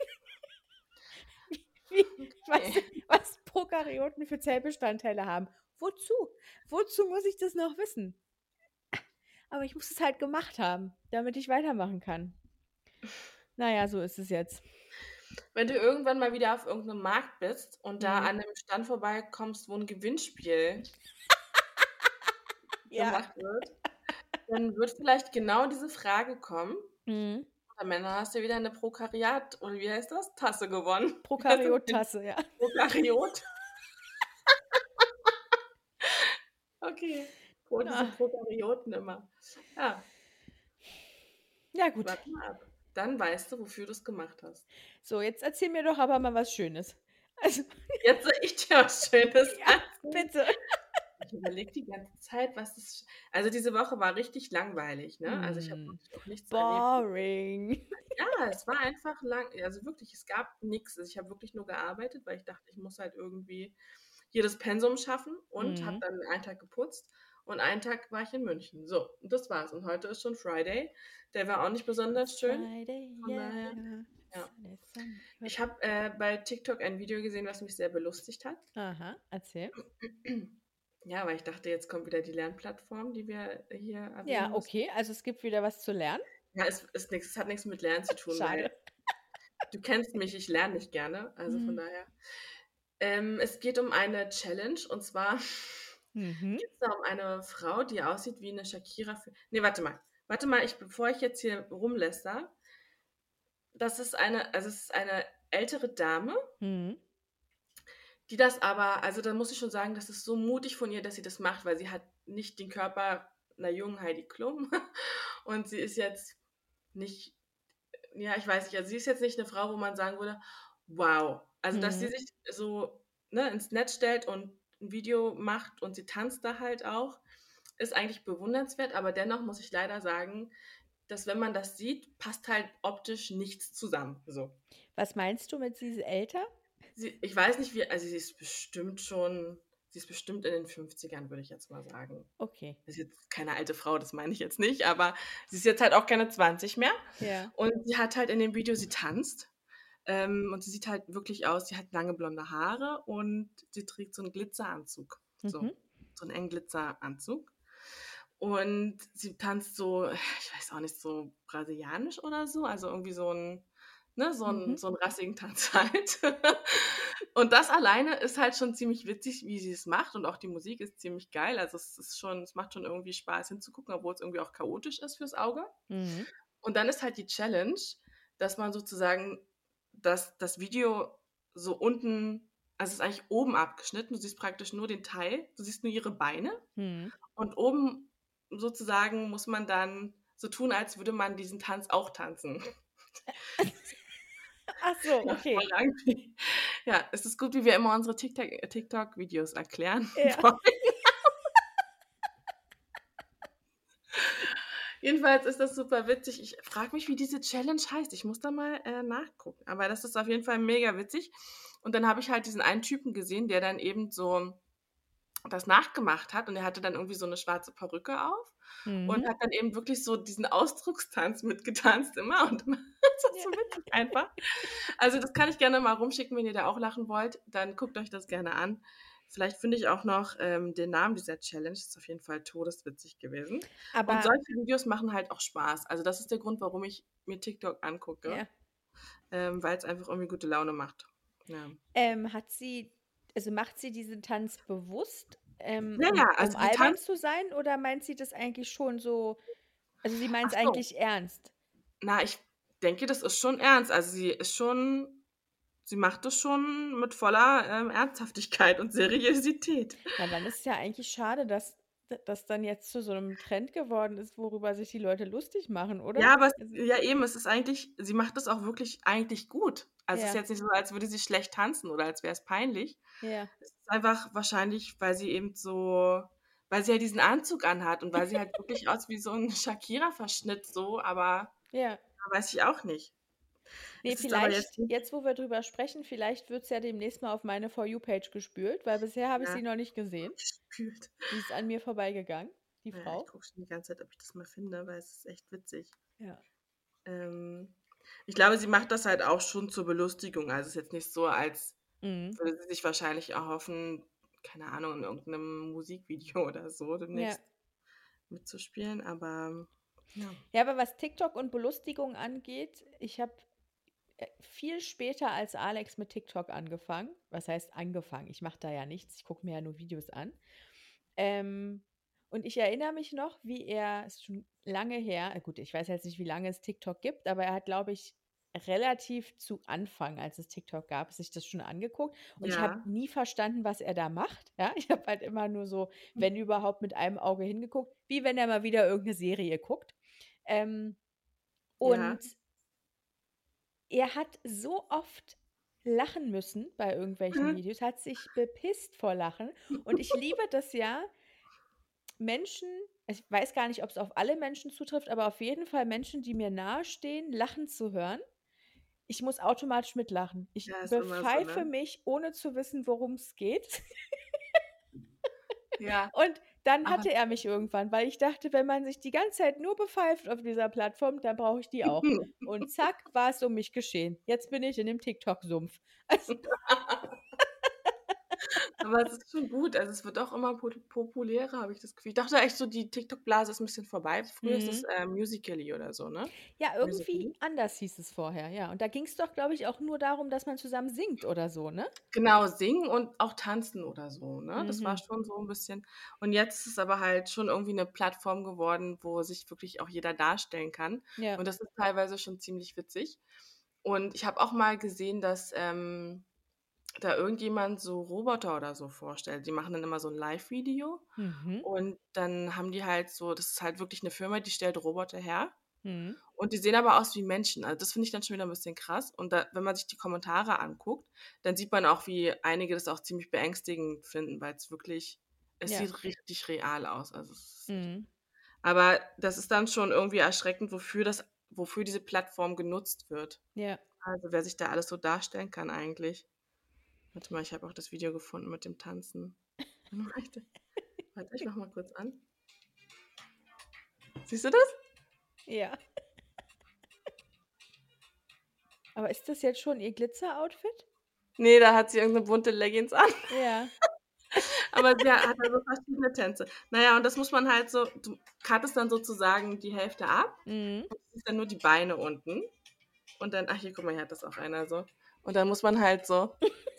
wie, was, Okay. was Prokaryoten für Zellbestandteile haben. Wozu? Wozu muss ich das noch wissen? Aber ich muss es halt gemacht haben, damit ich weitermachen kann. Naja, so ist es jetzt. Wenn du irgendwann mal wieder auf irgend 'nem Markt bist und da Mhm. an 'nem Stand vorbeikommst, wo 'n Gewinnspiel Ja. gemacht wird, dann wird vielleicht genau diese Frage kommen: Mhm. Am Ende hast du wieder 'ne Prokariat oder wie heißt das? Tasse gewonnen. Wie heißt das denn? Prokariot-Tasse, ja. Prokariot? Okay. Oh, diese Ah. Prokaryoten immer. Ja. Ja gut. Warte mal ab. Dann weißt du, wofür du's gemacht hast. So, jetzt erzähl mir doch aber mal was Schönes. Also Jetzt soll ich dir was Schönes ja, erzählen. bitte. Ich überlege die ganze Zeit, was das also, diese Woche war richtig langweilig, ne? Also, ich habe Hm, wirklich auch nichts erlebt. boring. Ja, es war einfach lang also, wirklich, es gab nix. Also, ich habe wirklich nur gearbeitet, weil ich dachte, ich muss halt irgendwie hier das Pensum schaffen und habe Mhm. dann einen Tag geputzt und einen Tag war ich in München. So, und das war's. Und heute ist schon Friday. Der war auch nicht besonders It's schön. Friday, Von daher yeah. ja. Sunday, Sunday. Ich habe, äh, bei TikTok ein Video gesehen, was mich sehr belustigt hat. Aha, erzähl. Ja, weil ich dachte, jetzt kommt wieder die Lernplattform, die wir hier Ja, erwähnen müssen. okay, also es gibt wieder was zu lernen. Ja, es ist nix es hat nix mit Lernen zu tun, weil Schade. du kennst mich, ich lerne nicht gerne, also von Mhm. daher. Ähm, es geht um eine Challenge und zwar Mhm. geht's da um eine Frau, die aussieht wie 'ne Shakira für ne, warte mal. Warte mal, ich bevor ich jetzt hier rumlästere, das ist eine also, es ist eine ältere Dame, Mhm. die das aber also, da muss ich schon sagen, das ist so mutig von ihr, dass sie das macht, weil sie hat nicht den Körper 'ner jungen Heidi Klum und sie ist jetzt nicht ja, ich weiß nicht, also, sie ist jetzt nicht 'ne Frau, wo man sagen würde: „Wow.“ Also, dass sie Mhm. sich so, ne, ins Netz stellt und 'n Video macht und sie tanzt da halt auch, ist eigentlich bewundernswert, aber dennoch muss ich leider sagen, dass wenn man das sieht, passt halt optisch nichts zusammen, so. Was meinst du mit sie ist älter? Sie ich weiß nicht, wie also, sie ist bestimmt schon sie ist bestimmt in den Fünfzigern, würde ich jetzt mal sagen. Okay. Ist jetzt keine alte Frau, das meine ich jetzt nicht, aber sie ist jetzt halt auch keine zwanzig mehr Ja. und sie hat halt in dem Video sie tanzt, ähm, und sie sieht halt wirklich aus sie hat lange blonde Haare und sie trägt so 'n Glitzeranzug, so Mhm. so 'n engen Glitzeranzug. Und sie tanzt so, ich weiß auch nicht, so brasilianisch oder so, also irgendwie so 'n ne, so 'n Mhm. so 'n rassigen Tanz halt. Und das alleine ist halt schon ziemlich witzig, wie sie es macht und auch die Musik ist ziemlich geil. Also, es ist schon es macht schon irgendwie Spaß hinzugucken, obwohl's irgendwie auch chaotisch ist fürs Auge. Mhm. Und dann ist halt die Challenge, dass man sozusagen das das Video so unten also, es ist eigentlich oben abgeschnitten. Du siehst praktisch nur den Teil du siehst nur ihre Beine Mhm. und oben sozusagen muss man dann so tun, als würde man diesen Tanz auch tanzen. Ach so, Ja, okay. voll irgendwie. Ja, es ist gut, wie wir immer unsere TikTok äh, TikTok-Videos erklären Ja. wollen. Jedenfalls ist das super witzig. Ich frage mich, wie diese Challenge heißt. Ich muss da mal, äh, nachgucken. Aber das ist auf jeden Fall mega witzig. Und dann habe ich halt diesen einen Typen gesehen, der dann eben so das nachgemacht hat und der hatte dann irgendwie so 'ne schwarze Perücke auf und Mhm. hat dann eben wirklich so diesen Ausdruckstanz mitgetanzt immer und immer das ist Ja. so witzig einfach. Also, das kann ich gerne mal rumschicken, wenn ihr da auch lachen wollt, dann guckt euch das gerne an. Vielleicht finde ich auch noch, ähm, den Namen dieser Challenge, ist auf jeden Fall todeswitzig gewesen. Und Aber solche Videos machen halt auch Spaß. Also, das ist der Grund, warum ich mir TikTok angucke, ja. ähm, weil's einfach irgendwie gute Laune macht. Ja. Ähm, hat sie also, macht sie diesen Tanz bewusst, ähm, Ja, um ja, um also die albern tanzt zu sein oder meint sie das eigentlich schon so also, sie ach meint's so. eigentlich ernst? Na, ich denke, das ist schon ernst. Also, sie ist schon sie macht das schon mit voller, ähm, Ernsthaftigkeit und Seriosität. Na, dann ist es ja eigentlich schade, dass d das dann jetzt zu so 'nem Trend geworden ist, worüber sich die Leute lustig machen, oder? Ja, aber es Also ja eben, es ist eigentlich sie macht das auch wirklich eigentlich gut. Also, es ist ja, jetzt nicht so, als würde sie schlecht tanzen oder als wäre es peinlich. ja. Es ist einfach wahrscheinlich, weil sie eben so weil sie ja diesen Anzug anhat und weil sie halt wirklich aussieht wie so 'n Shakira-Verschnitt so, aber Ja. ja, weiß ich auch nicht. Ne, Es ist aber jetzt vielleicht nicht jetzt, wo wir drüber sprechen, vielleicht wird's ja demnächst mal auf meine For You Page gespült, weil bisher habe ich ja, sie noch nicht gesehen. gespült. Die ist an mir vorbeigegangen, die Ja, ich Frau. gucke schon die ganze Zeit, ob ich das mal finde, weil es ist echt witzig. Ja. Ähm, ich glaube, sie macht das halt auch schon zur Belustigung. Also, es ist jetzt nicht so, als Mhm. würde sie sich wahrscheinlich erhoffen, keine Ahnung, in irgend 'nem Musikvideo oder so Ja. demnächst mitzuspielen, aber ja. Ja, aber was TikTok und Belustigung angeht, ich habe, äh, viel später als Alex mit TikTok angefangen. Was heißt angefangen? Ich mache da ja nichts, ich gucke mir ja nur Videos an. Ähm, Und ich erinnere mich noch, wie er, ist schon lange her, äh, gut, ich weiß jetzt nicht, wie lange es TikTok gibt, aber er hat, glaube ich, relativ zu Anfang, als es TikTok gab, sich das schon angeguckt. Und ich habe Ja. nie verstanden, was er da macht. Ja, ich habe halt immer nur so, wenn überhaupt, mit einem Auge hingeguckt, wie wenn er mal wieder irgendeine Serie guckt. Ähm, Ja. und er hat so oft lachen müssen bei irgendwelchen Mhm. Videos, hat sich bepisst vor Lachen. Und ich liebe das ja, Menschen, ich weiß gar nicht, ob es auf alle Menschen zutrifft, aber auf jeden Fall Menschen, die mir nahestehen, lachen zu hören. Ich muss automatisch mitlachen. Ich Ja, ist immer so, bepfeife ne? mich, ohne zu wissen, worum es geht. Ja, Und dann aber hatte er mich irgendwann, weil ich dachte, wenn man sich die ganze Zeit nur bepfeift auf dieser Plattform, dann brauche ich die auch. Und zack, war es um mich geschehen. Jetzt bin ich in dem TikTok-Sumpf. Also, aber es ist schon gut. Also, es wird auch immer po populärer, habe ich das Gefühl. Ich dachte echt so, die TikTok-Blase ist 'n bisschen vorbei. Früher ist es, mhm. äh, Musical.ly oder so, ne? Ja, irgendwie Musical.ly? anders hieß es vorher, ja. Und da ging es doch, glaube ich, auch nur darum, dass man zusammen singt oder so, ne? Genau, singen und auch tanzen oder so, ne? Das war Mhm. schon so 'n bisschen und jetzt ist es aber halt schon irgendwie 'ne Plattform geworden, wo sich wirklich auch jeder darstellen kann Ja. und das ist teilweise schon ziemlich witzig. Und ich habe auch mal gesehen, dass, ähm, da irgendjemand so Roboter oder so vorstellt. Die machen dann immer so 'n Live-Video Mhm. und dann haben die halt so das ist halt wirklich 'ne Firma, die stellt Roboter her Mhm. und die sehen aber aus wie Menschen. Also, das finde ich dann schon wieder 'n bisschen krass. Und da wenn man sich die Kommentare anguckt, dann sieht man auch, wie einige das auch ziemlich beängstigend finden, weil's wirklich es Ja. sieht richtig real aus. Also, es ist echt Mhm. aber das ist dann schon irgendwie erschreckend, wofür das wofür diese Plattform genutzt wird. Ja. Also, wer sich da alles so darstellen kann eigentlich. Warte mal, ich habe auch das Video gefunden mit dem Tanzen. Warte, warte, ich mache mal kurz an. Siehst du das? Ja. Aber ist das jetzt schon ihr Glitzer-Outfit? Ne, da hat sie irgend 'ne bunte Leggings an. Ja. Aber sie hat da so verschiedene Tänze. Na ja, und das muss man halt so du cuttest dann sozusagen die Hälfte ab Mhm. und siehst dann nur die Beine unten. Und dann ach hier, guck mal, hier hat das auch einer so. Und dann muss man halt so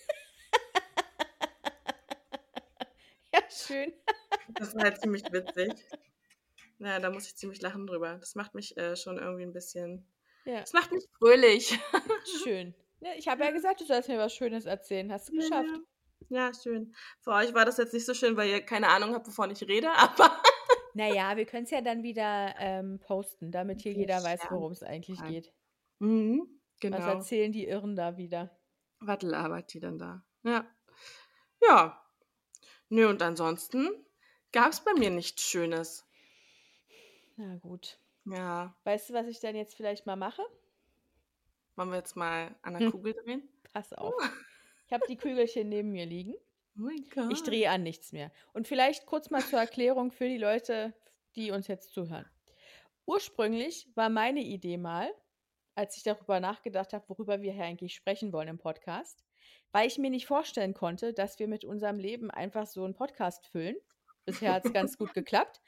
Ja, schön. das ist halt ziemlich witzig. Na ja, da muss ich ziemlich lachen drüber. Das macht mich, äh, schon irgendwie 'n bisschen Ja, das macht mich fröhlich. schön. Ne, ich habe ja gesagt, du sollst mir was Schönes erzählen. Hast du Ja, ja. geschafft. Ja, schön. Für euch war das jetzt nicht so schön, weil ihr keine Ahnung habt, wovon ich rede, aber Na ja, wir können's ja dann wieder, ähm, posten, damit hier wir jeder weiß, scheren worum's eigentlich dran. geht. Mhm, Was genau. erzählen die Irren da wieder? Was labert die denn da? Ja. Ja. Ne, und ansonsten gab's bei mir nichts Schönes. Na gut. Ja. Weißt du, was ich dann jetzt vielleicht mal mache? Wollen wir jetzt mal an der Hm, Kugel drehen? pass auf. Ich habe die Kügelchen neben mir liegen. Oh mein Ich Gott. drehe an nichts mehr. Und vielleicht kurz mal zur Erklärung für die Leute, die uns jetzt zuhören. Ursprünglich war meine Idee mal, als ich darüber nachgedacht habe, worüber wir hier eigentlich sprechen wollen im Podcast, weil ich mir nicht vorstellen konnte, dass wir mit unserem Leben einfach so 'n Podcast füllen. Bisher hat's ganz gut geklappt.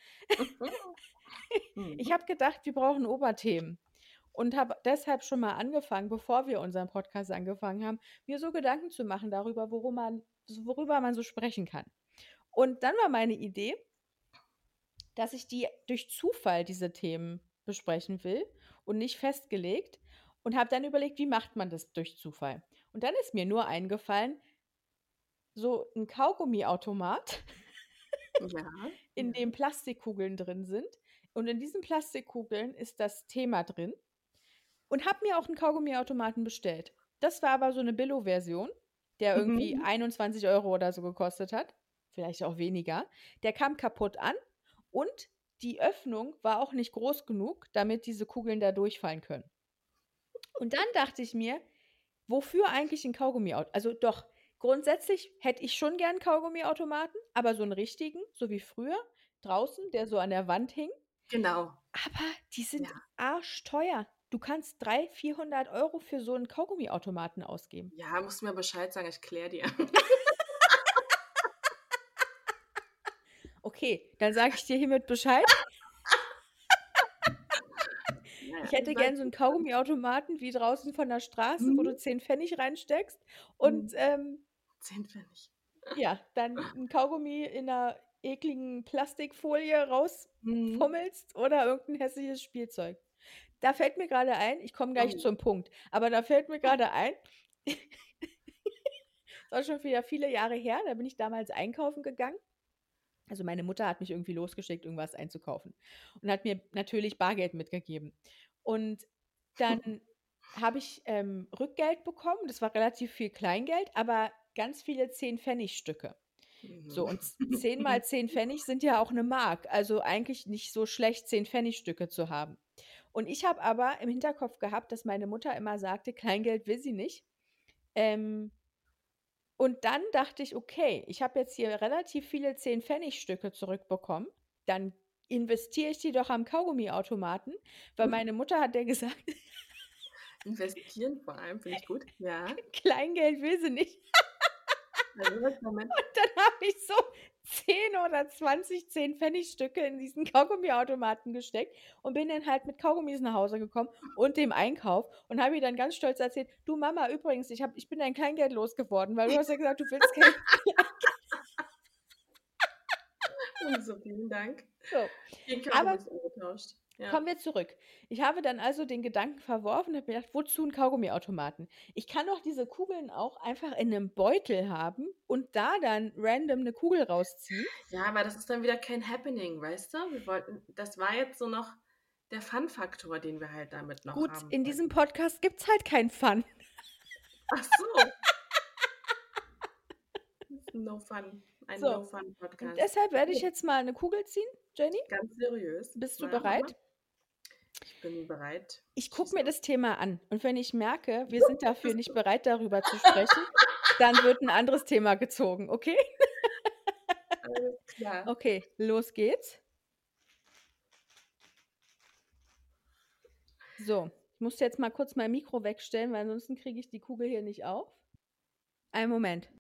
Ich Mhm. habe gedacht, wir brauchen Oberthemen und habe deshalb schon mal angefangen, bevor wir unseren Podcast angefangen haben, mir so Gedanken zu machen darüber, worum man so worüber man so sprechen kann. Und dann war meine Idee, dass ich die durch Zufall diese Themen besprechen will und nicht festgelegt und habe dann überlegt, wie macht man das durch Zufall? Und dann ist mir nur eingefallen, so 'n Kaugummiautomat, Ja, in ja. dem Plastikkugeln drin sind. Und in diesen Plastikkugeln ist das Thema drin und habe mir auch 'n Kaugummiautomaten bestellt. Das war aber so 'ne Billo-Version, der irgendwie Mhm. einundzwanzig Euro oder so gekostet hat, vielleicht auch weniger. Der kam kaputt an und die Öffnung war auch nicht groß genug, damit diese Kugeln da durchfallen können. Und dann dachte ich mir: „Wofür eigentlich 'n Kaugummiaut“, also doch, grundsätzlich hätte ich schon gern 'n Kaugummiautomaten, aber so 'n richtigen, so wie früher, draußen, der so an der Wand hing. Genau. Aber die sind Ja. arschteuer. Du kannst dreihundert, vierhundert Euro für so 'n Kaugummiautomaten ausgeben. Ja, musst du mir Bescheid sagen, ich kläre dir. Okay, dann sage ich dir hiermit Bescheid. Na ja, Ich ich hätte weiß gern so 'n Bescheid. Kaugummiautomaten wie draußen von der Straße, wo du Mhm. zehn Pfennig reinsteckst und, Mhm. ähm, zehn Pfennig. ja, dann 'n Kaugummi in 'ner ekligen Plastikfolie Mhm. rausfummelst oder irgendein hässliches Spielzeug. Da fällt mir gerade ein, ich komme gleich Oh. zum Punkt, aber da fällt mir gerade ein, das ist auch schon wieder viele Jahre her, da bin ich damals einkaufen gegangen. Also meine Mutter hat mich irgendwie losgeschickt, irgendwas einzukaufen und hat mir natürlich Bargeld mitgegeben. Und dann habe ich ähm, Rückgeld bekommen. Das war relativ viel Kleingeld, aber ganz viele zehn-Pfennig-Stücke. So, Mhm. und z- zehn mal zehn Pfennig sind ja auch eine Mark. Also eigentlich nicht so schlecht, zehn-Pfennig-Stücke zu haben. Und ich habe aber im Hinterkopf gehabt, dass meine Mutter immer sagte, Kleingeld will sie nicht. Ähm, und dann dachte ich, okay, ich habe jetzt hier relativ viele zehn-Pfennig-Stücke zurückbekommen. Dann investiere ich die doch am Kaugummiautomaten, weil meine Mutter hat ja gesagt, Investieren vor allem, finde ich gut. Ja. Kleingeld will sie nicht. Also, was Moment. Dann habe ich so zehn oder zwanzig zehn-Pfennig-Stücke in diesen Kaugummiautomaten gesteckt und bin dann halt mit Kaugummis nach Hause gekommen und dem Einkauf und habe ihr dann ganz stolz erzählt: „Du Mama, übrigens, ich habe ich bin dein Kleingeld losgeworden, weil du hast ja gesagt, du willst kein“ Und so, vielen Dank. So. Gegen Aber Kaugummis umgetauscht. Ja. kommen wir zurück. Ich habe dann also den Gedanken verworfen und habe mir gedacht: „Wozu 'n Kaugummiautomaten? Ich kann doch diese Kugeln auch einfach in 'nem Beutel haben und da dann random 'ne Kugel rausziehen.“ Ja, aber das ist dann wieder kein Happening, weißt du? Wir wollten das war jetzt so noch der Fun-Faktor, den wir halt damit noch Gut, haben in wollten. diesem Podcast gibt's halt keinen Fun. Ach so. Das ist 'n No Fun ein So, No Fun und Podcast. deshalb werde ich Okay, jetzt mal 'ne Kugel ziehen, Jenny. ganz seriös. Bist du Ja, mach mal. bereit? Ich bin bereit. Ich gucke Schieß mir los. das Thema an und wenn ich merke, wir sind dafür nicht bereit, darüber zu sprechen, dann wird 'n anderes Thema gezogen, okay? Alles klar. Okay, los geht's. So, ich muss jetzt mal kurz mein Mikro wegstellen, weil ansonsten kriege ich die Kugel hier nicht auf. Einen Moment.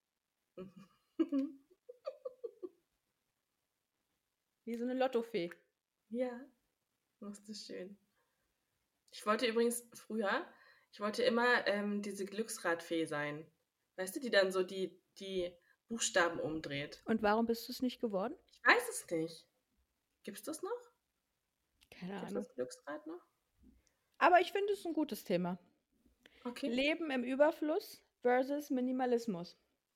Wie so 'ne Lottofee. Ja, machst du schön. Ich wollte übrigens früher ich wollte immer, ähm, diese Glücksradfee sein. Weißt du, die dann so die die Buchstaben umdreht. Und warum bist du's nicht geworden? Ich weiß es nicht. Gibt's das noch? Keine Gibt's Ahnung. das Glücksrad noch? Aber ich finde es 'n gutes Thema. Okay. Leben im Überfluss versus Minimalismus.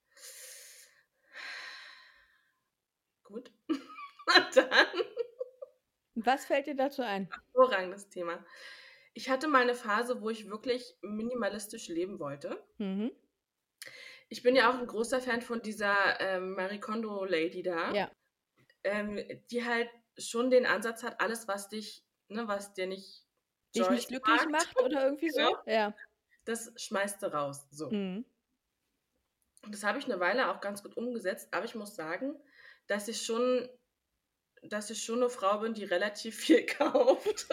Gut. Na dann. Was fällt dir dazu ein? Hervorragendes Thema. Ich hatte mal 'ne Phase, wo ich wirklich minimalistisch leben wollte. Mhm. Ich bin ja auch 'n großer Fan von dieser, ähm, Marie Kondo Lady da, Ja. ähm, die halt schon den Ansatz hat, alles, was dich ne, was dir nicht Dich Joy nicht glücklich sparkt, macht oder irgendwie genau, so? Ja. das schmeißt du raus, so. Mhm. Und das habe ich 'ne Weile auch ganz gut umgesetzt, aber ich muss sagen, dass ich schon dass ich schon 'ne Frau bin, die relativ viel kauft.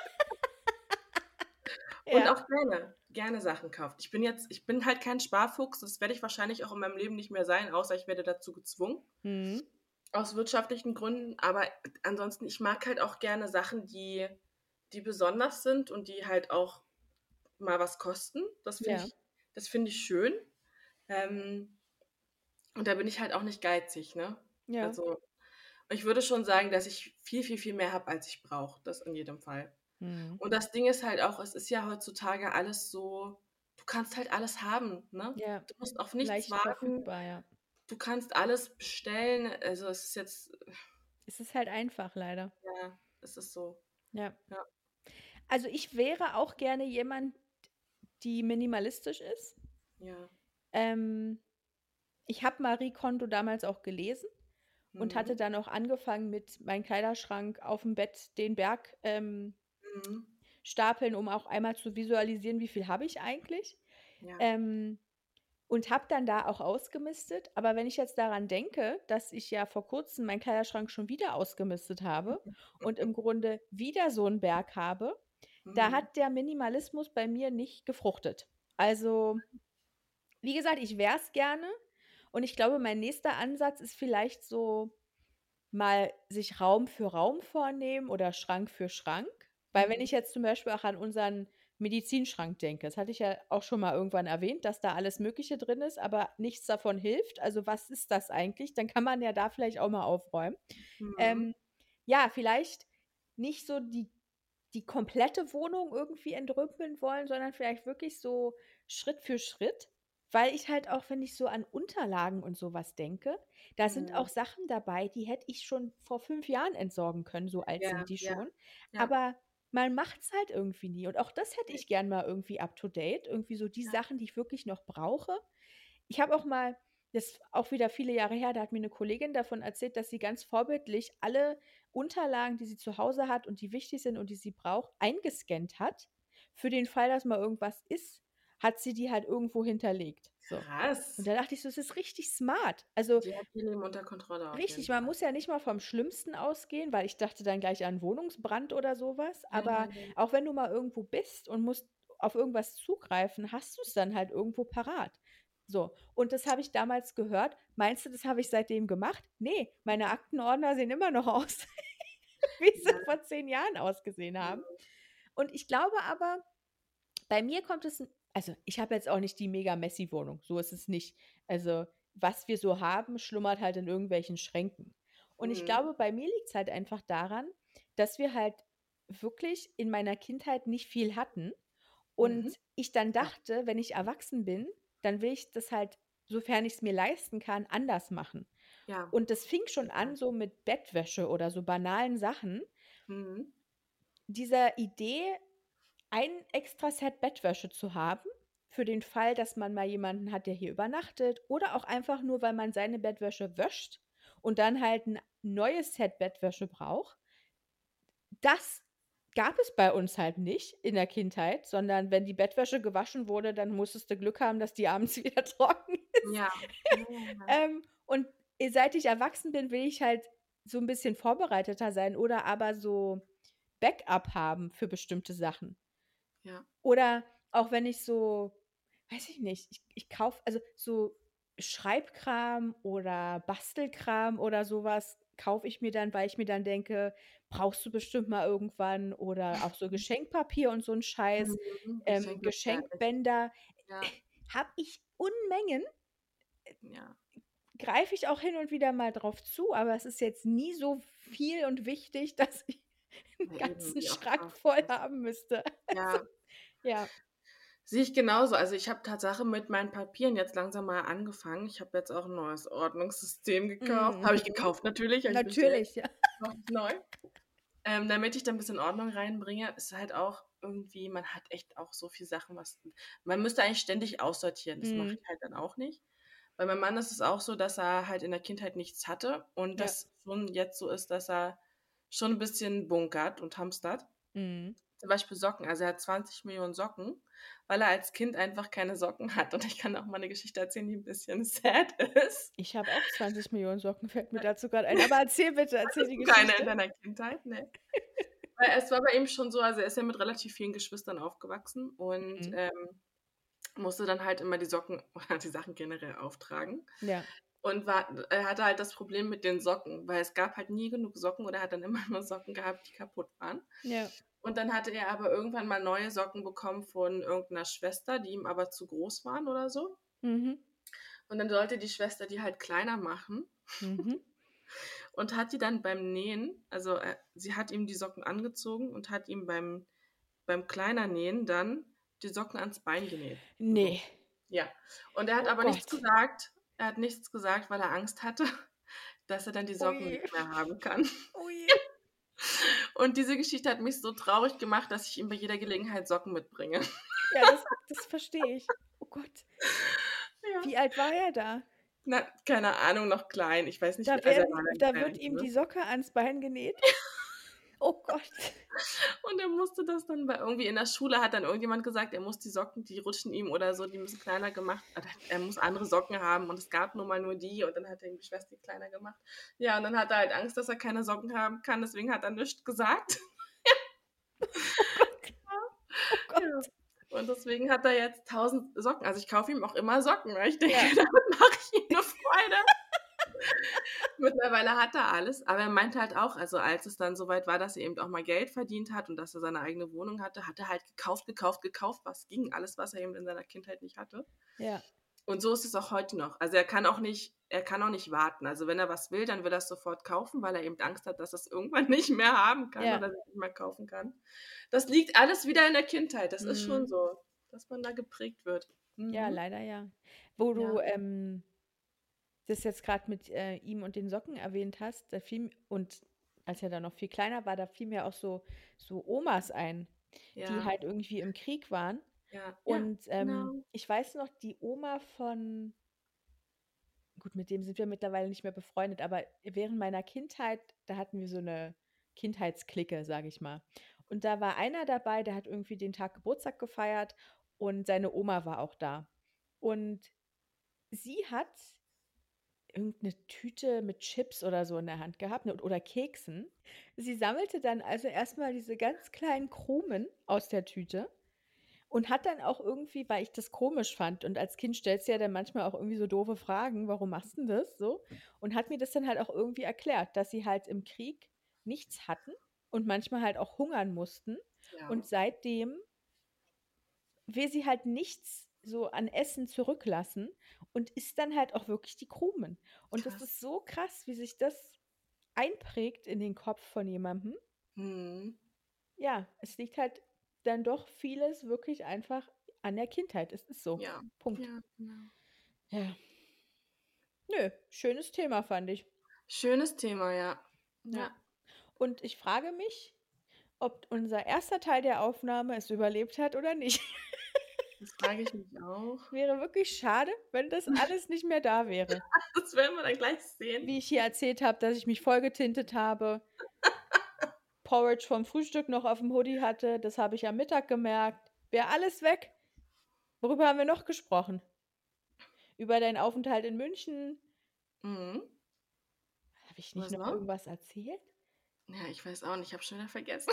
Und Ja. auch gerne gerne Sachen kauft. Ich bin jetzt ich bin halt kein Sparfuchs, das werde ich wahrscheinlich auch in meinem Leben nicht mehr sein, außer ich werde dazu gezwungen, Mhm. aus wirtschaftlichen Gründen. Aber ansonsten, ich mag halt auch gerne Sachen, die die besonders sind und die halt auch mal was kosten. Das finde Ja. ich das finde ich schön. Ähm, und da bin ich halt auch nicht geizig, ne? Ja. Also, ich würde schon sagen, dass ich viel, viel, viel mehr habe, als ich brauche, das in jedem Fall. Mhm. Und das Ding ist halt auch, es ist ja heutzutage alles so du kannst halt alles haben, ne? Ja. Du musst auf nichts Leicht warten. verfügbar, ja. Du kannst alles bestellen. Also, es ist jetzt Es ist halt einfach leider. ja, es ist so. Ja. Ja. Also, ich wäre auch gerne jemand, die minimalistisch ist. Ja. Ähm, ich habe Marie Kondo damals auch gelesen und hatte Mhm. dann auch angefangen mit meinem Kleiderschrank aufm Bett den Berg, ähm, Mhm. stapeln, um auch einmal zu visualisieren, wie viel habe ich eigentlich? Ja. Ähm, und habe dann da auch ausgemistet. Aber wenn ich jetzt daran denke, dass ich ja vor Kurzem meinen Kleiderschrank schon wieder ausgemistet habe und im Grunde wieder so 'n Berg habe, da Mhm. hat der Minimalismus bei mir nicht gefruchtet. Also, wie gesagt, ich wäre es gerne und ich glaube, mein nächster Ansatz ist vielleicht so, mal sich Raum für Raum vornehmen oder Schrank für Schrank. Weil wenn ich Mhm. jetzt zum Beispiel auch an unseren Medizinschrank denke. Das hatte ich ja auch schon mal irgendwann erwähnt, dass da alles Mögliche drin ist, aber nichts davon hilft. Also was ist das eigentlich? Dann kann man ja da vielleicht auch mal aufräumen. Mhm. Ähm, ja, vielleicht nicht so die die komplette Wohnung irgendwie entrümpeln wollen, sondern vielleicht wirklich so Schritt für Schritt, weil ich halt auch, wenn ich so an Unterlagen und sowas denke, da sind auch Mhm. Sachen dabei, die hätte ich schon vor fünf Jahren entsorgen können, so alt Ja, sind die ja, schon. ja, Aber man macht's halt irgendwie nie. Und auch das hätte ne, ich gern mal irgendwie up to date, irgendwie so die ja, Sachen, die ich wirklich noch brauche. Ich habe auch mal, das ist auch wieder viele Jahre her, da hat mir eine Kollegin davon erzählt, dass sie ganz vorbildlich alle Unterlagen, die sie zu Hause hat und die wichtig sind und die sie braucht, eingescannt hat. Für den Fall, dass mal irgendwas ist, hat sie die halt irgendwo hinterlegt. So. Und krass. da dachte ich so, es ist richtig smart. Also Die hat ihr Leben unter Kontrolle auf richtig, jeden man Fall. muss ja nicht mal vom Schlimmsten ausgehen, weil ich dachte dann gleich an Wohnungsbrand oder sowas. Ja, Aber ja, auch wenn du mal irgendwo bist und musst auf irgendwas zugreifen, hast du es dann halt irgendwo parat. So, und das habe ich damals gehört. Meinst du, das habe ich seitdem gemacht? Nee, meine Aktenordner sehen immer noch aus, wie sie ja, vor zehn Jahren ausgesehen haben. mhm, Und ich glaube aber, bei mir kommt es, also ich habe jetzt auch nicht die mega messy Wohnung, so ist es nicht. Also was wir so haben, schlummert halt in irgendwelchen Schränken. Und ich mhm, glaube, bei mir liegt es halt einfach daran, dass wir halt wirklich in meiner Kindheit nicht viel hatten mhm, und ich dann ja, dachte, wenn ich erwachsen bin, dann will ich das halt, sofern ich es mir leisten kann, anders machen. ja, Und das fing auf schon jeden Fall. an so mit Bettwäsche oder so banalen Sachen. Mhm, Dieser Idee, ein extra Set Bettwäsche zu haben, für den Fall, dass man mal jemanden hat, der hier übernachtet oder auch einfach nur, weil man seine Bettwäsche wäscht und dann halt ein neues Set Bettwäsche braucht. Das gab es bei uns halt nicht in der Kindheit, sondern wenn die Bettwäsche gewaschen wurde, dann musstest du Glück haben, dass die abends wieder trocken ist. ja, ja, ja, ja, Ähm, und seit ich erwachsen bin, will ich halt so ein bisschen vorbereiteter sein oder aber so Backup haben für bestimmte Sachen. ja, Oder auch wenn ich so, weiß ich nicht, ich ich kaufe also, so Schreibkram oder Bastelkram oder sowas kaufe ich mir dann, weil ich mir dann denke: „Brauchst du bestimmt mal irgendwann." Oder auch so Geschenkpapier und so 'n Scheiß, mhm, ähm, Geschenke, ja, echt, Geschenkbänder, ja, habe ich Unmengen, ja, greife ich auch hin und wieder mal drauf zu, aber es ist jetzt nie so viel und wichtig, dass ich 'n ja, eben, ganzen wie oft Schrank brauchst du voll das? haben müsste. Also, Ja. ja. Sehe ich genauso. Also, ich habe Tatsache mit meinen Papieren jetzt langsam mal angefangen. Ich habe jetzt auch 'n neues Ordnungssystem gekauft. Habe ich Mhm. gekauft natürlich, habe ich bestellt, Natürlich, ja. noch nicht neu. Ähm, damit ich da 'n bisschen Ordnung reinbringe, ist halt auch irgendwie, man hat echt auch so viel Sachen, was man müsste eigentlich ständig aussortieren. Das mache Mhm. ich halt dann auch nicht. Bei meinem Mann ist es auch so, dass er halt in der Kindheit nichts hatte und Ja. das schon jetzt so ist, dass er schon 'n bisschen bunkert und hamstert. Mhm. Zum Beispiel Socken. Also, er hat zwanzig Millionen Socken, weil er als Kind einfach keine Socken hat. Und ich kann auch mal 'ne Geschichte erzählen, die 'n bisschen sad ist. Ich habe auch zwanzig Millionen Socken, fällt mir dazu grad ein. Aber erzähl bitte, erzähl Hattest die du keine in Geschichte. deiner Kindheit? Ne? Weil es war bei ihm schon so, also, er ist ja mit relativ vielen Geschwistern aufgewachsen und, Mhm. ähm, musste dann halt immer die Socken oder die Sachen generell auftragen Ja. und war er hatte halt das Problem mit den Socken, weil es gab halt nie genug Socken oder er hat dann immer nur Socken gehabt, die kaputt waren. Ja. Und dann hatte er aber irgendwann mal neue Socken bekommen von irgend 'ner Schwester, die ihm aber zu groß waren oder so. Mhm. Und dann sollte die Schwester die halt kleiner machen Mhm. und hat die dann beim Nähen, also, äh, sie hat ihm die Socken angezogen und hat ihm beim beim Kleinernähen dann die Socken ans Bein genäht. Ne. So. Ja. Und er hat Oh aber nichts Gott. gesagt. Er hat nichts gesagt, weil er Angst hatte, dass er dann die Oh Socken je. nicht mehr haben kann. Oh je. Und diese Geschichte hat mich so traurig gemacht, dass ich ihm bei jeder Gelegenheit Socken mitbringe. Ja, das das verstehe ich. Oh Gott. Ja. Wie alt war er da? Na, keine Ahnung, noch klein. Ich weiß nicht, wie Da also, er werden war dann da kleiner wird ihm Junge. die Socke ans Bein genäht? Oh Gott. Und er musste das dann bei irgendwie in der Schule hat dann irgendjemand gesagt, er muss die Socken, die rutschen ihm oder so, die müssen kleiner gemacht oder er muss andere Socken haben und es gab nun mal nur die und dann hat er ihm die Schwester die kleiner gemacht. Ja, und dann hat er halt Angst, dass er keine Socken haben kann, deswegen hat er nix gesagt. Oh Gott. Oh Ja. Gott. Und deswegen hat er jetzt tausend Socken. Also, ich kaufe ihm auch immer Socken, weil ich denke, Ja. damit mache ich ihm 'ne Freude. Mittlerweile hat er alles, aber er meinte halt auch, also als es dann soweit war, dass er eben auch mal Geld verdient hat und dass er seine eigene Wohnung hatte, hat er halt gekauft, gekauft, gekauft, was ging, alles, was er eben in seiner Kindheit nicht hatte. Ja. Und so ist es auch heute noch. Also er kann auch nicht, er kann auch nicht warten. Also wenn er was will, dann will er es sofort kaufen, weil er eben Angst hat, dass er es irgendwann nicht mehr haben kann Ja. oder nicht mehr kaufen kann. Das liegt alles wieder in der Kindheit. Das ist schon Mhm. so, dass man da geprägt wird. Ja, Mhm. leider ja. Wo du Ja. ähm, das jetzt gerade mit äh, ihm und den Socken erwähnt hast, da fiel, m- und als er dann noch viel kleiner war, da fiel mir auch so, so Omas ein, die Ja, halt irgendwie im Krieg waren. ja, ja, Und ähm, genau. ich weiß noch, die Oma von, gut, mit dem sind wir mittlerweile nicht mehr befreundet, aber während meiner Kindheit, da hatten wir so eine Kindheitsklicke, sage ich mal. Und da war einer dabei, der hat irgendwie den Tag Geburtstag gefeiert und seine Oma war auch da. Und sie hat irgendeine Tüte mit Chips oder so in der Hand gehabt, ne, oder Keksen. Sie sammelte dann also erstmal diese ganz kleinen Krumen aus der Tüte und hat dann auch irgendwie, weil ich das komisch fand und als Kind stellst du ja dann manchmal auch irgendwie so doofe Fragen: „Warum machst du 'n das?“ So. Und hat mir das dann halt auch irgendwie erklärt, dass sie halt im Krieg nichts hatten und manchmal halt auch hungern mussten. Ja, Und seitdem will sie halt nichts so an Essen zurücklassen und isst dann halt auch wirklich die Krumen. Und das ist krass. so krass, wie sich das einprägt in den Kopf von jemandem. Mhm. Ja, es liegt halt dann doch vieles wirklich einfach an der Kindheit. Es ist so. Ja, Punkt. ja, genau. Ja. Nö, schönes Thema fand ich. Schönes Thema, ja. Ja. Ja, Und ich frage mich, ob unser erster Teil der Aufnahme es überlebt hat oder nicht. das frage ich mich auch. Wäre wirklich schade, wenn das alles nicht mehr da wäre. Das werden wir dann gleich sehen. Wie ich hier erzählt habe, dass ich mich vollgetintet habe, Porridge vom Frühstück noch auf dem Hoodie hatte, das habe ich am Mittag gemerkt. Wäre alles weg. Worüber haben wir noch gesprochen? Über deinen Aufenthalt in München. Mhm. Habe ich nicht Was noch noch? irgendwas erzählt? Ja, ich weiß auch nicht, ich habe schon wieder vergessen.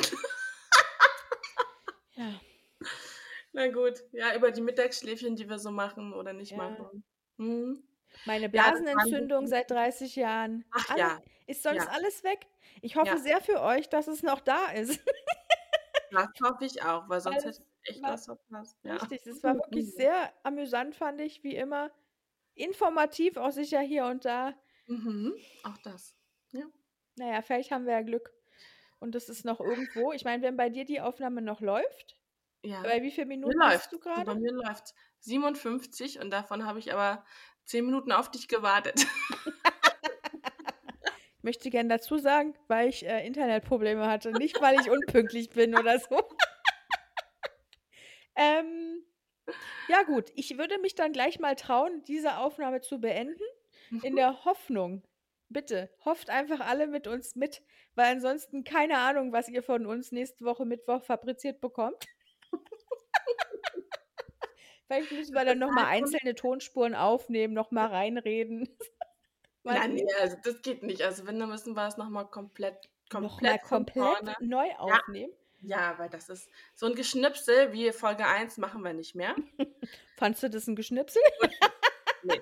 Ja, Na gut, ja, über die Mittagsschläfchen, die wir so machen oder nicht ja. machen. Mhm. Meine Ja, das waren Blasenentzündung wirklich seit dreißig Jahren. ach Alle ja, ist sonst ja, alles weg. Ich hoffe ja, sehr für euch, dass es noch da ist. das hoffe ich auch, weil Weil sonst hätte es ich echt war was verpasst, ja. richtig, es war wirklich sehr amüsant, fand ich, wie immer. Informativ, auch sicher hier und da. Mhm, auch das. Ja, Na ja, vielleicht haben wir ja Glück und es ist noch irgendwo. Ich meine, wenn bei dir die Aufnahme noch läuft, ja. bei wie viel Mir Minuten bist du läuft's. Du, grade? bei mir läuft's. siebenundfünfzig und davon habe ich aber zehn Minuten auf dich gewartet. Ich möchte gern dazu sagen, weil ich, äh, Internetprobleme hatte, nicht weil ich unpünktlich bin oder so. Ähm, ja gut, ich würde mich dann gleich mal trauen, diese Aufnahme zu beenden, in Mhm. der Hoffnung, bitte, hofft einfach alle mit uns mit, weil ansonsten keine Ahnung, was ihr von uns nächste Woche Mittwoch fabriziert bekommt. Vielleicht müssen Das wir dann ist noch mal halt schon einzelne Tonspuren aufnehmen, noch mal reinreden. Mal nein, ne, sehen. also das geht nicht. Also wenn, dann müssen wir es noch mal komplett Noch komplett mal von vorne komplett neu ja, aufnehmen. ja, weil das ist so 'n Geschnipsel wie Folge eins machen wir nicht mehr. Fandst du das 'n Geschnipsel? Und ne,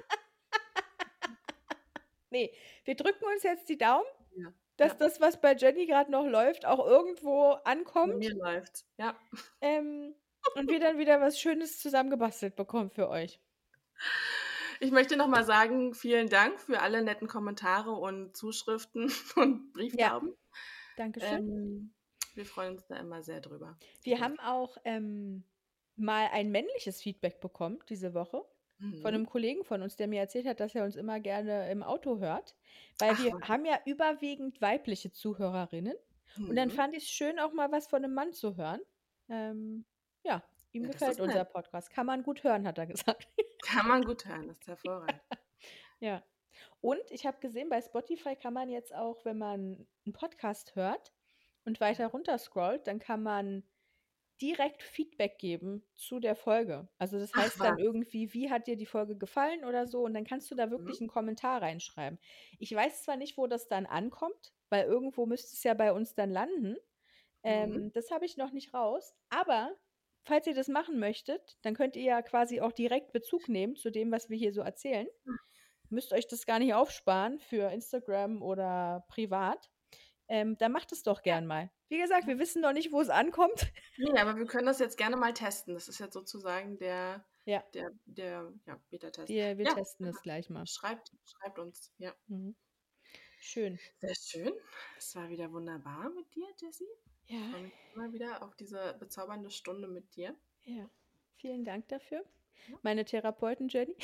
Ne, wir drücken uns jetzt die Daumen, ja, dass ja, das, was bei Jenny grad noch läuft, auch irgendwo bei mir ankommt, läuft's. Ja. ähm, und wir dann wieder was Schönes zusammengebastelt bekommen für euch. Ich möchte noch mal sagen, vielen Dank für alle netten Kommentare und Zuschriften und Ja, Brieftauben. danke schön. Ähm, wir freuen uns da immer sehr drüber. Wir haben auch, ähm, mal ein männliches Feedback bekommen diese Woche von 'nem Mhm. Kollegen von uns, der mir erzählt hat, dass er uns immer gerne im Auto hört, weil Ach wir was. haben ja überwiegend weibliche Zuhörerinnen und dann Mhm. fand ich's schön, auch mal was von 'nem Mann zu hören. Ähm, ja, ihm Ja, das gefällt ist nett. unser Podcast. Kann man gut hören, hat er gesagt. Kann man gut hören, das ist hervorragend. Ja. Und ich habe gesehen, bei Spotify kann man jetzt auch, wenn man 'n Podcast hört und weiter Ja. runter scrollt, dann kann man direkt Feedback geben zu der Folge. Also, das Ach heißt dann was. irgendwie: „Wie hat dir die Folge gefallen?“ oder so und dann kannst du da Mhm. wirklich 'n Kommentar reinschreiben. Ich weiß zwar nicht, wo das dann ankommt, weil irgendwo müsste es ja bei uns dann landen. Mhm. Ähm, das habe ich noch nicht raus, aber falls ihr das machen möchtet, dann könnt ihr ja quasi auch direkt Bezug nehmen zu dem, was wir hier so erzählen. müsst euch das gar nicht aufsparen für Instagram oder privat. Ähm, dann macht es doch Ja. gern mal. Wie gesagt, Ja. wir wissen noch nicht, wo es ankommt. Ne, aber wir können das jetzt gerne mal testen. Das ist jetzt sozusagen der Ja. der der, ja, Betatest. Wir wir Ja, testen genau. es gleich mal. Schreibt schreibt uns, ja. Mhm. Schön. Sehr schön. Es war wieder wunderbar mit dir, Jessie. Ich Ja. freue mich immer wieder auf diese bezaubernde Stunde mit dir. Ja. Vielen Dank dafür. Ja. Meine Therapeuten-Jenny.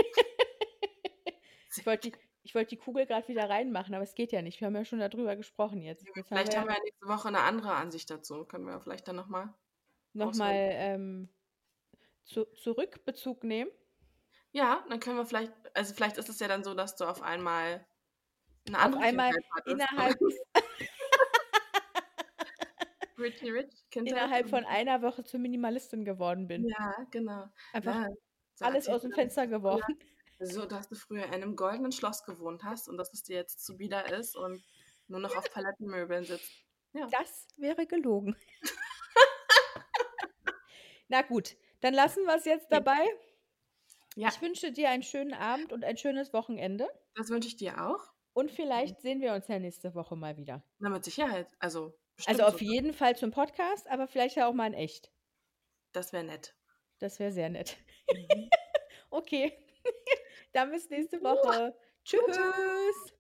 Ich Sehr wollte die gerne. ich wollte die Kugel grad wieder reinmachen, aber es geht ja nicht. Wir haben ja schon da drüber gesprochen jetzt. Ja, Jetzt haben vielleicht wir haben ja wir ja nächste Woche 'ne andere Ansicht dazu. Können wir ja vielleicht dann noch mal noch mal, ausholen. ähm, zu zurück Bezug nehmen. Ja, dann können wir vielleicht also, vielleicht ist es ja dann so, dass du auf einmal 'ne Auf andere einmal Kindheit hattest, oder? innerhalb Richie Rich Kindheit innerhalb von und einer Woche zur Minimalistin geworden bin. Ja, genau. Einfach Ne, so alles erzählst du aus'm dann, dass Fenster du früher geworfen. so dass du früher in 'nem goldenen Schloss gewohnt hast und dass es dir jetzt zuwider ist und nur noch auf Palettenmöbeln sitzt. Ja. Das wäre gelogen. Na gut, dann lassen wir's jetzt Okay. dabei. Ja. Ich wünsche dir einen schönen Abend und ein schönes Wochenende. Das wünsche ich dir auch. Und Mhm. vielleicht sehen wir uns ja nächste Woche mal wieder. Na, mit Sicherheit. Also, Also, bestimmt auf sogar. jeden Fall zum Podcast, aber vielleicht ja auch mal in echt. Das wäre nett. Das wäre sehr nett. Mhm. Okay. Dann bis nächste Mua. Woche. Tschau, tschau. Tschüss.